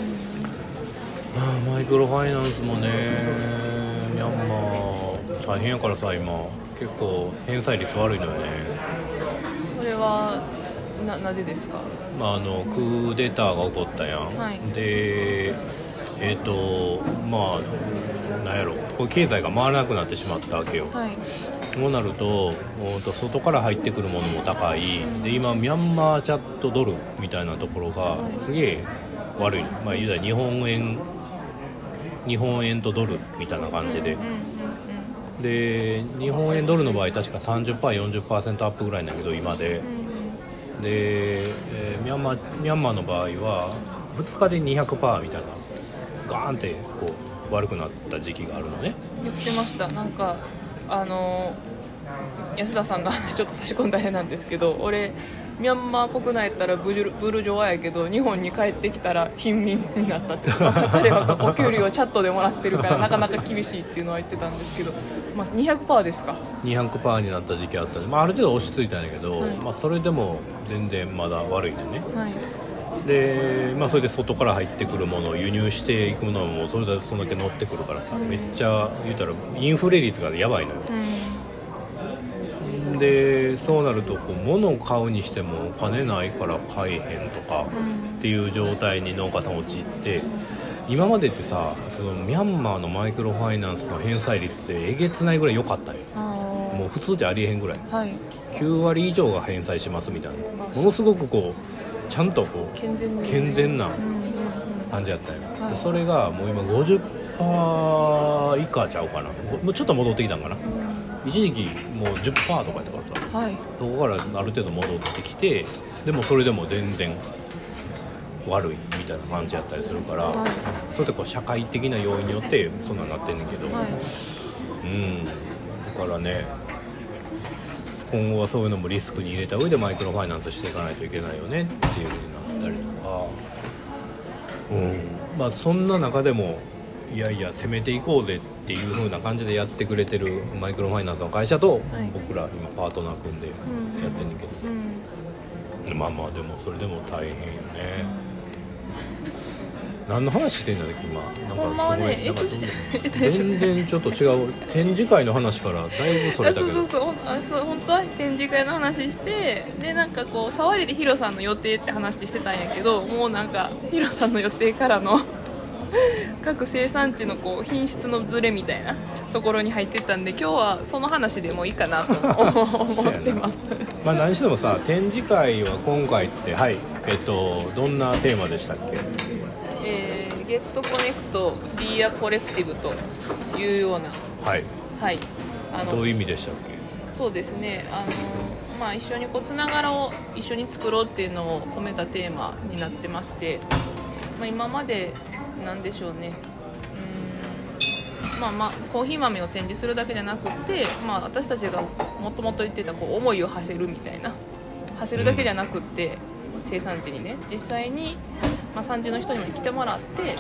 マイクロファイナンスもねミャンマー大変やからさ今結構返済率悪いのよね。 それはなぜですか？ クーデターが起こったやん、でなんやろこう経済が回らなくなってしまったわけよ、そうなると外から入ってくるものも高いで今ミャンマーチャットドルみたいなところがすげえ悪い、言うたら日本円とドルみたいな感じで、で日本円ドルの場合確か 30%、40% アップぐらいなんだけど今で、ミャンマーの場合は2日で 200% みたいなガーンってこう悪くなった時期があるのね。 言ってました。なんか安田さんの話ちょっと差し込んだあれなんですけど、俺ミャンマー国内やったらブルジョワやけど日本に帰ってきたら貧民になったって彼はお給料をチャットでもらってるからなかなか厳しいっていうのは言ってたんですけど、200% ですか。 200% になった時期あったんで、ある程度落ち着いたんだけど、それでも全然まだ悪いんだよね、でそれで外から入ってくるものを輸入していくものもそれだけ乗ってくるからさ、めっちゃ言うたらインフレ率がやばいのよ、でそうなるとこう物を買うにしてもお金ないから買えへんとかっていう状態に農家さん陥って、今までってさそのミャンマーのマイクロファイナンスの返済率ってえげつないぐらい良かったよ。もう普通じゃありえへんぐらい、9割以上が返済しますみたいな、ものすごくこうちゃんとこう健全な感じやったよ、でそれがもう今 50% 以下ちゃうかな、もうちょっと戻ってきたんかな、一時期もう 10% とかやったからさ、そこからある程度戻ってきて、でもそれでも全然悪いみたいな感じやったりするから、それってこう社会的な要因によってそんなんなってんねんけど、だからね今後はそういうのもリスクに入れた上でマイクロファイナンスしていかないといけないよねっていう風になったりとか、そんな中でもいや攻めていこうぜっていう風な感じでやってくれてるマイクロファイナンスの会社と、僕ら今パートナー組んでやってんねんけど、 まあまあでもそれでも大変よね、何の話してんだっけ今。なんかほんまはね、 全然ちょっと違う展示会の話からだいぶそれだけどそう本当は展示会の話して、でなんかこう触りでヒロさんの予定って話してたんやけど、もうなんかヒロさんの予定からの各生産地のこう品質のズレみたいなところに入ってったんで、今日はその話でもいいかなと思ってますまあ何してもさ、展示会は今回ってはいどんなテーマでしたっけ。 ゲットコネクト Be a Collective というような、 はい、 はい、 どういう意味でしたっけ。 そうですね、まあ、一緒にこうつながらを一緒に作ろうっていうのを込めたテーマになってまして、まあ、今までなんでしょうね、まあコーヒー豆を展示するだけじゃなくて、まあ、私たちがもともと言ってたこう思いを馳せるみたいな、馳せるだけじゃなくて、生産地にね実際に、まあ、産地の人にも来てもらって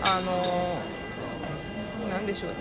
なんでしょうね、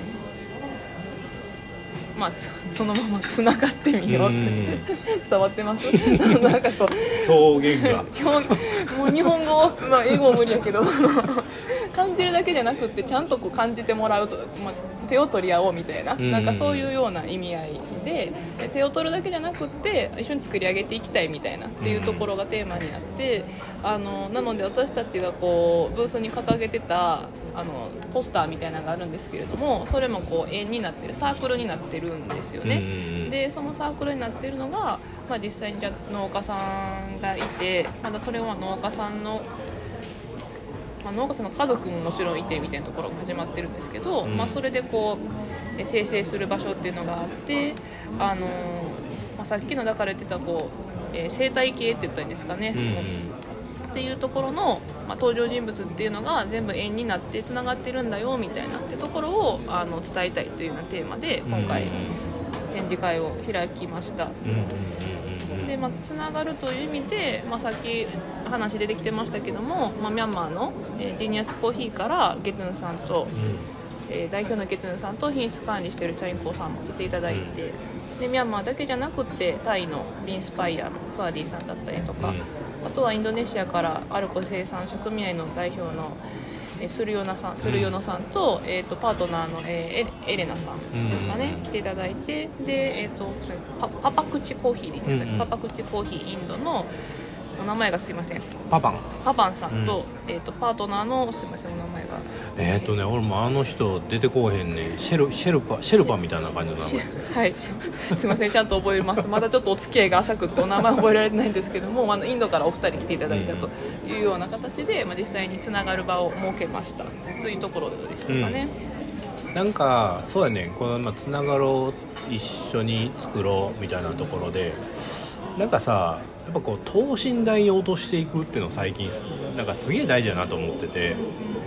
まあ、そのままつながってみようって伝わってますなんかこう表現がもう日本語、まあ、英語も無理やけど感じるだけじゃなくってちゃんとこう感じてもらうと、まあ、手を取り合おうみたいな、なんかそういうような意味合いで、手を取るだけじゃなくって一緒に作り上げていきたいみたいなっていうところがテーマになって、なので私たちがこうブースに掲げてたポスターみたいなのがあるんですけれども、それもこう円になってるサークルになってるんですよね。でそのサークルになってるのが、まあ、実際にじゃ農家さんがいて、まだそれは農家さんの農家さんの家族ももちろんいてみたいなところが始まってるんですけど、まあ、それでこう生成する場所っていうのがあって、まあ、さっきのだから言ってたこう、生態系って言ったらいいんですかね、っていうところの、まあ、登場人物っていうのが全部円になってつながってるんだよみたいなってところを伝えたいというようなテーマで今回展示会を開きました。でまあ、つながるという意味で、まあ、さっき話出てきてましたけども、まあ、ミャンマーの、ジーニアスコーヒーからゲトゥンさんと、代表のゲトゥンさんと品質管理しているチャインコーさんも来ていただいて、でミャンマーだけじゃなくってタイのビンスパイアのファーディさんだったりとか、あとはインドネシアからアルコ生産者組合の代表のスルヨノさんと、パートナーの、エレナさんですかね、来ていただいて、で、パパクチコーヒーでいいですかね、パパクチコーヒーインドのお名前がすいません、パパンさんと、パートナーのすいませんお名前が俺も人出てこうへんね、シェルパみたいな感じの名前はいすいません、ちゃんと覚えます。まだちょっとお付き合いが浅くってお名前覚えられてないんですけども、インドからお二人来ていただいたというような形で、実際につながる場を設けましたというところでしたかね。 なんかそうやね、この、つながろう一緒に作ろうみたいなところで、なんかさ、やっぱこう等身大に落としていくっていうのを最近なんかすげえ大事だなと思ってて、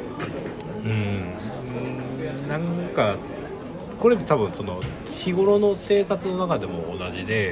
なんかこれって多分その日頃の生活の中でも同じで、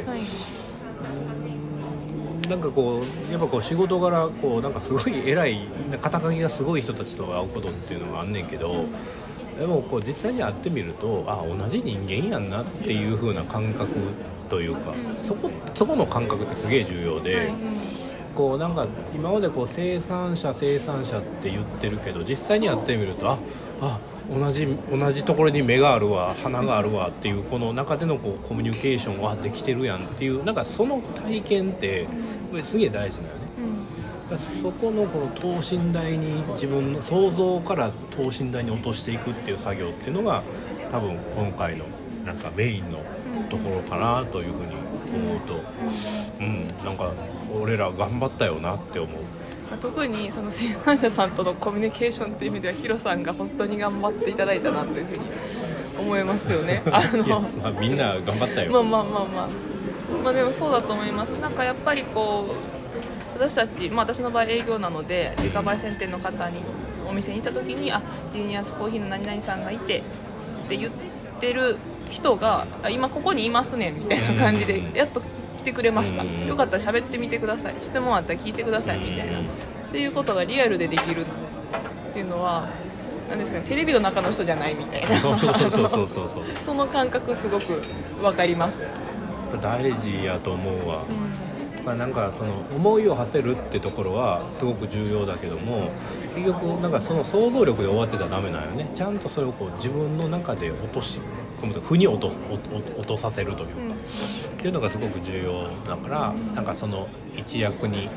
なんかこうやっぱこう仕事柄こうなんかすごい偉い肩書きがすごい人たちと会うことっていうのがあんねんけど、でもこう実際に会ってみると同じ人間やんなっていう風な感覚というか、そこの感覚ってすげえ重要で、こうなんか今までこう生産者って言ってるけど、実際に会ってみると同じところに目があるわ鼻があるわっていう、この中でのこうコミュニケーションはできてるやんっていう、なんかその体験ってすげえ大事だよね。そこのこの等身大に自分の想像から等身大に落としていくっていう作業っていうのが多分今回のなんかメインのところかなというふうに思うと、なんか俺ら頑張ったよなって思う。 特にその生産者さんとのコミュニケーションっていう意味ではヒロさんが本当に頑張っていただいたなというふうに思いますよね。 みんな頑張ったよ。 まあでもそうだと思います。なんかやっぱりこう私たち、私の場合営業なので自家焙煎店の方にお店に行った時にジーニアスコーヒーの何々さんがいてって言ってる人が今ここにいますねみたいな感じでやっと来てくれました、よかったら喋ってみてください、質問あったら聞いてくださいみたいなっていうことがリアルでできるっていうのはなんですかね、テレビの中の人じゃないみたいなその感覚すごく分かります。 大事やと思うわ、 なんかその思いを馳せるってところはすごく重要だけども、結局なんかその想像力で終わってたらダメなんよね。ちゃんとそれをこう自分の中で落とし込むと、負に落とさせるというか、っていうのがすごく重要だから、なんかその一助に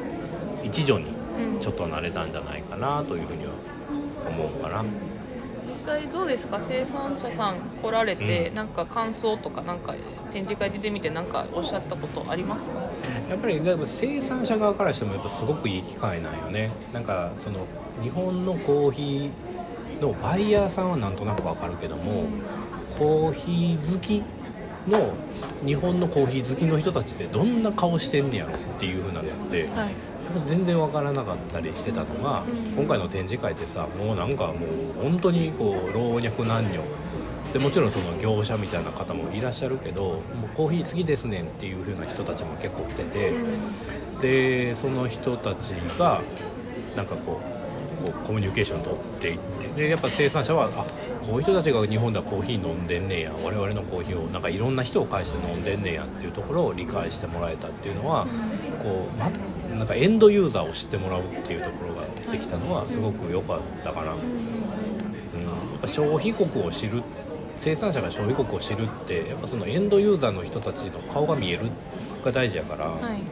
ちょっと慣れたんじゃないかなというふうには思うかな。 実際どうですか、生産者さん来られて、なんか感想とか、なんか展示会出てみてなんかおっしゃったことありますか？ やっぱり生産者側からしてもやっぱすごくいい機会なんよね。なんかその日本のコーヒーのバイヤーさんはなんとなくわかるけども、コーヒー好きの日本のコーヒー好きの人たちってどんな顔してんねやろっていう風なのって、やっぱ全然わからなかったりしてたのが、今回の展示会ってさ、もうなんかもう本当にこう老若男女で、もちろんその業者みたいな方もいらっしゃるけど、もうコーヒー好きですねんっていう風な人たちも結構来てて、でその人たちがなんかこうコミュニケーション取っていって、でやっぱ生産者はこういう人たちが日本ではコーヒー飲んでんねや、我々のコーヒーをなんかいろんな人を介して飲んでんねやっていうところを理解してもらえたっていうのは、こうなんかエンドユーザーを知ってもらうっていうところができたのはすごく良かったかな。やっぱ消費国を知る、生産者が消費国を知るって、やっぱそのエンドユーザーの人たちの顔が見えるが大事やから、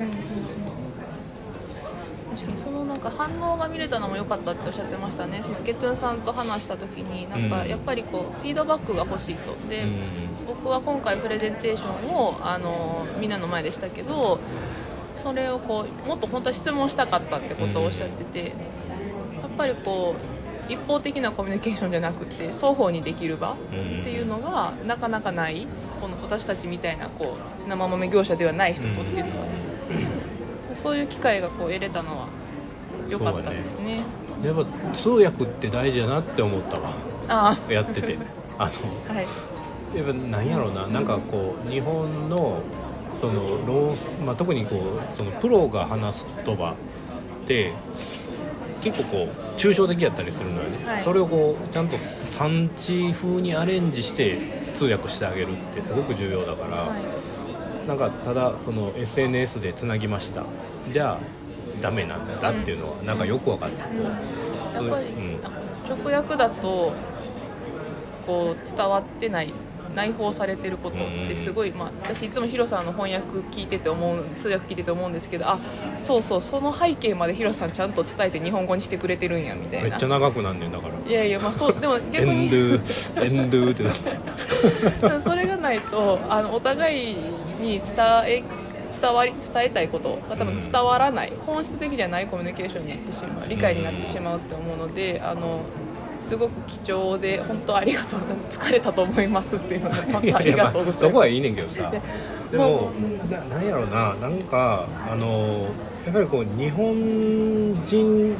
確かにそのなんか反応が見れたのも良かったっておっしゃってましたね。そのゲトゥンさんと話した時になんかやっぱりこうフィードバックが欲しいと。で、僕は今回プレゼンテーションをみんなの前でしたけど、それをこうもっと本当は質問したかったってことをおっしゃってて、やっぱりこう一方的なコミュニケーションじゃなくて双方にできる場っていうのがなかなかない、この私たちみたいなこう生豆業者ではない人とっていうのは、そういう機会がこう得れたのは良かったですね。 やっぱ通訳って大事だなって思ったわ。やっててやっぱなんやろうな、なんかこう日本のその特にこうそのプロが話す言葉って結構こう抽象的やったりするのよね。それをこうちゃんと産地風にアレンジして通訳してあげるってすごく重要だから、なんかただその SNS でつなぎましたじゃあダメなんだっていうのはなんかよく分かって、 やっぱり、直訳だとこう伝わってない、内包されてることってすごい、私いつもヒロさんの翻訳聞いてて通訳聞いてて思うんですけど、そうその背景までヒロさんちゃんと伝えて日本語にしてくれてるんやみたいな。 めっちゃ長くなんねんだから。 いやそうでも逆にエンドゥってなってそれがないとお互いに伝えたいことが多分伝わらない、本質的じゃないコミュニケーションになってしまう、理解になってしまうって思うので、すごく貴重で本当ありがとう、疲れたと思いますっていうので本当ありがとうございます。 そこはいいねんけどさ、でもなんやろうな、なんかやっぱりこう日本人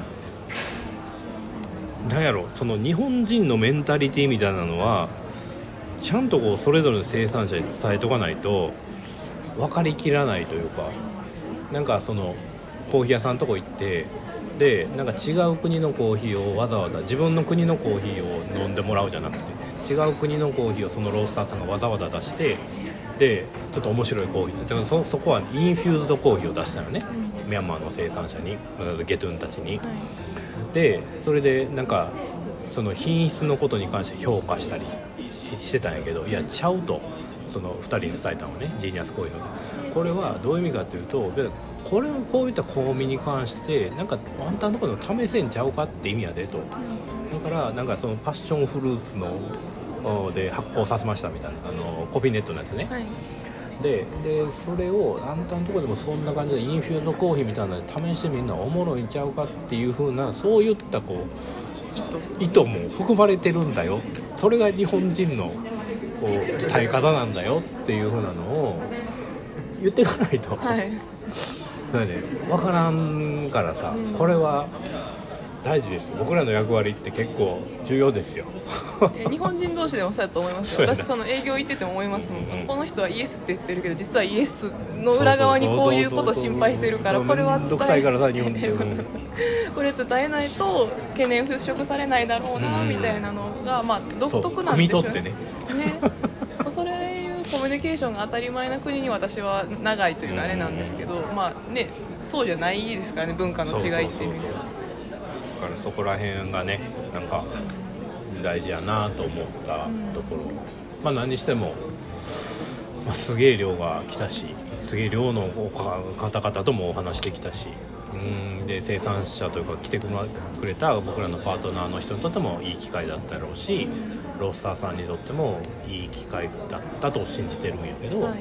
なんやろ、その日本人のメンタリティみたいなのはちゃんとこうそれぞれの生産者に伝えとかないと分かりきらないというか、なんかそのコーヒー屋さんのとこ行ってでなんか違う国のコーヒーをわざわざ自分の国のコーヒーを飲んでもらうじゃなくて、違う国のコーヒーをそのロースターさんがわざわざ出して、でちょっと面白いコーヒーで そこはインフューズドコーヒーを出したよね、ミャンマーの生産者に、ゲトゥンたちに、でそれでなんかその品質のことに関して評価したりしてたんやけど、いやちゃうと、その2人に伝えたのね、ジーニアスコーヒーの。これはどういう意味かというと、これをこういった香味に関してなんかあんたのところの試せんちゃうかって意味やでと、だからなんかそのパッションフルーツので発酵させましたみたいなコピーネットのやつね、でそれをあんたのところでもそんな感じでインフューズドコーヒーみたいなので試してみるのはおもろいんちゃうかっていう風な、そういったこう意図も含まれてるんだよ、それが日本人のこう伝え方なんだよっていう風なのを言っていかないと、分からんからさ、これは大事です。僕らの役割って結構重要ですよ日本人同士でもそうやと思いますよ。私その営業行ってても思いますもん、この人はイエスって言ってるけど実はイエスの裏側にこういうこと心配してるから、これは伝えこれ伝えないと懸念払拭されないだろうなみたいなのが独特なんでしょうね。それいうコミミュニケーションが当たり前な国に私は長いというかあれなんですけど、まあね、そうじゃないですからね、文化の違いっていう意味では。 だからそこら辺がね、なんか大事やなと思ったところ、まあ何にしても、まあ、すげえ量が来たし、すげえ量の方々ともお話できたし、で生産者というか来てくれた僕らのパートナーの人にとってもいい機会だったろうし、ロースターさんにとってもいい機会だったと信じてるんやけど、はい、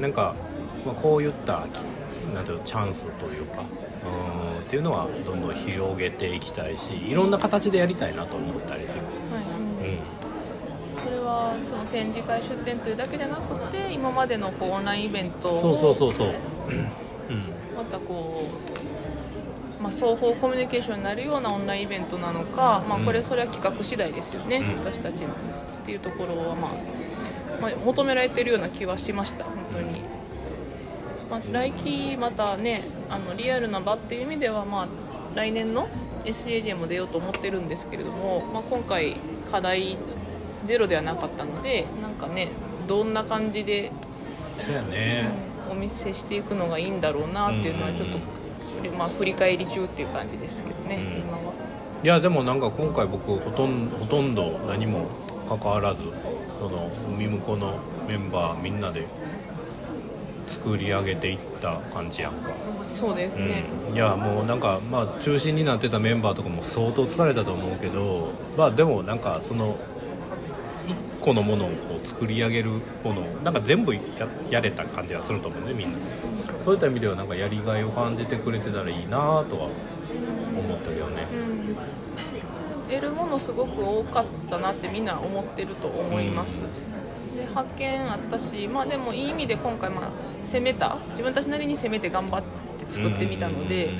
なんか、まあ、こういったなんていうのチャンスというかっていうのはどんどん広げていきたいし、いろんな形でやりたいなと思ったりする。 それはその展示会出展というだけじゃなくて、今までのこうオンラインイベントをまたこう、まあ、双方コミュニケーションになるようなオンラインイベントなのか、まあ、それは企画次第ですよね、私たちのっていうところは、まあ、求められているような気はしました、本当に。まあ、来期またね、リアルな場っていう意味では、まあ、来年の SCAJ も出ようと思ってるんですけれども、まあ、今回課題ゼロではなかったので、なんかね、どんな感じでそうやね、 お見せしていくのがいいんだろうなっていうのはちょっと、まあ、振り返り中っていう感じですけどね、今は。 いやでもなんか今回僕ほとんど何も関わらず、その海向こうのメンバーみんなで作り上げていった感じやんか。 そうですね、 いやもうなんか、まあ、中心になってたメンバーとかも相当疲れたと思うけど、まあでもなんかその一個のものをこう作り上げるものをなんか全部 やれた感じがすると思うね、みんな。そういった意味ではなんかやりがいを感じてくれてたらいいなとは思ったけどね。 得るものすごく多かったなってみんな思ってると思います。で発見あったし、まあでもいい意味で今回自分たちなりに攻めて頑張って作ってみたので、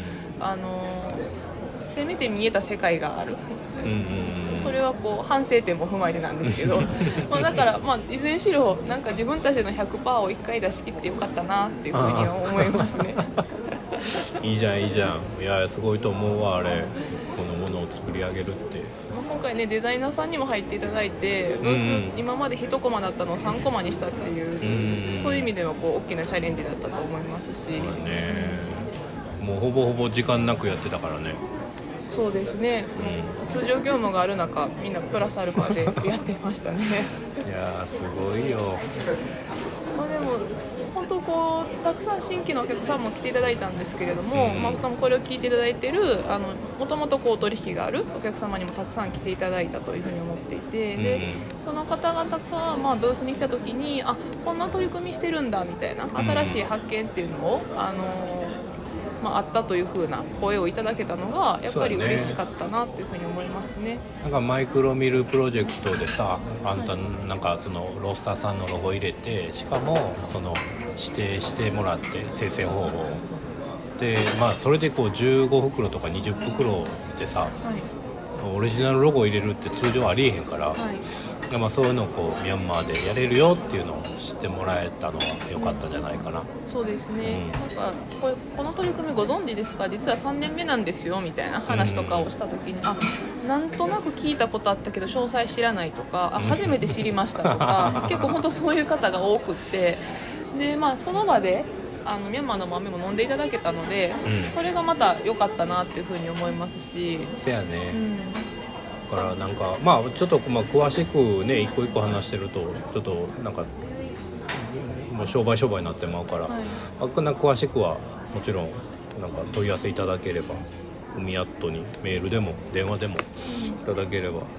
攻めて見えた世界がある。それはこう反省点も踏まえてなんですけどまあだから、いずれにしろなんか自分たちの 100% を1回出し切ってよかったなっていうふうには思いますねいいじゃんいやすごいと思うわ、あれこのものを作り上げるって。 今回ね、デザイナーさんにも入っていただいて、ブース、今まで1コマだったのを3コマにしたっていう、そういう意味ではこう大きなチャレンジだったと思いますし、 もうほぼほぼ時間なくやってたからね。 そうですね、通常業務がある中みんなプラスアルファでやってましたねいやすごいよ。 でも本当こうたくさん新規のお客さんも来ていただいたんですけれども、これを聞いていただいているもともとこう取引があるお客様にもたくさん来ていただいたというふうに思っていて、でその方々がブースに来た時にこんな取り組みしてるんだみたいな新しい発見っていうのをあったという風な声をいただけたのがやっぱり嬉しかったなというふうに思いますね。 なんかマイクロミルプロジェクトでさ、あんたなんかそのロースターさんのロゴ入れて、しかもその指定してもらって生成方法で、それでこう15袋とか20袋でさ、オリジナルロゴ入れるって通常ありえへんから、そういうのをこうミャンマーでやれるよっていうのを知ってもらえたのは良かったんじゃないかな。 そうですね、なんかこの取り組みご存知ですか、実は3年目なんですよみたいな話とかをした時に、なんとなく聞いたことあったけど詳細知らないとか、初めて知りましたとか結構本当そういう方が多くって、でその場でミャンマーの豆も飲んでいただけたので、それがまた良かったなっていうふうに思いますし。 そうやね、だからなんかちょっと詳しくね一個一個話してるとちょっとなんかもう商売になってまうから、詳しくはもちろんなんか問い合わせいただければ、海アットにメールでも電話でもいただければ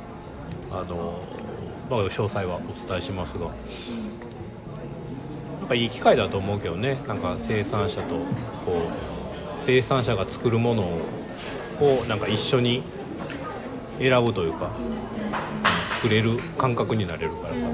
詳細はお伝えしますが、なんかいい機会だと思うけどね。なんか生産者と生産者が作るものをなんか一緒に選ぶというか、作れる感覚になれるからさ、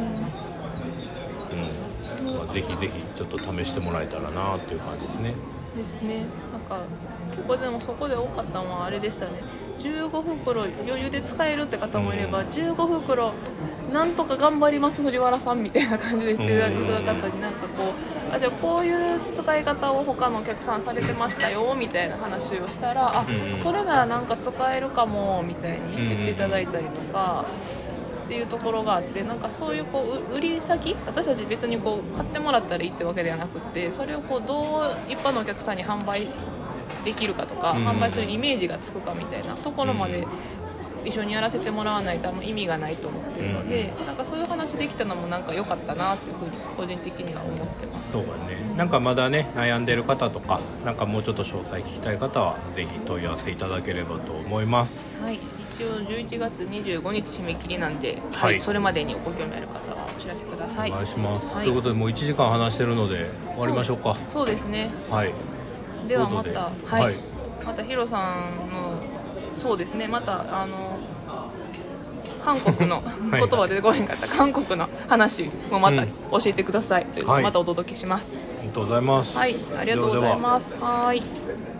ぜひぜひちょっと試してもらえたらなっていう感じですね。 ですね。なんか結構でもそこで多かったのはあれでしたね。15袋余裕で使えるって方もいれば、15袋なんとか頑張ります藤原さんみたいな感じで言っていただかったり、なんかこうじゃあこういう使い方を他のお客さんされてましたよみたいな話をしたら、それならなんか使えるかもみたいに言っていただいたりとか、 っていうところがあって、なんかそういう売り先、私たち別に買ってもらったらいいってわけではなくて、それをどう一般のお客さんに販売できるかとか、販売するイメージがつくかみたいなところまで一緒にやらせてもらわないと意味がないと思ってるので、なんかそういう話できたのもなんか良かったなっていうふうに個人的には思ってます。 そうだね、なんかまだね悩んでる方とか、なんかもうちょっと詳細聞きたい方はぜひ問い合わせいただければと思います。 はい、一応11月25日締め切りなんで、はい、それまでにご興味ある方はお知らせください。 お願いします、 はい、 ということでもう1時間話してるので終わりましょうか。 そうですね。 はい、 ではまた、はい、またヒロさんのそうですね、また韓国の言葉でごへんかった韓国の話もまた教えてくださいというのをまたお届けします。 ありがとうございます。 はい、ありがとうございます。はい。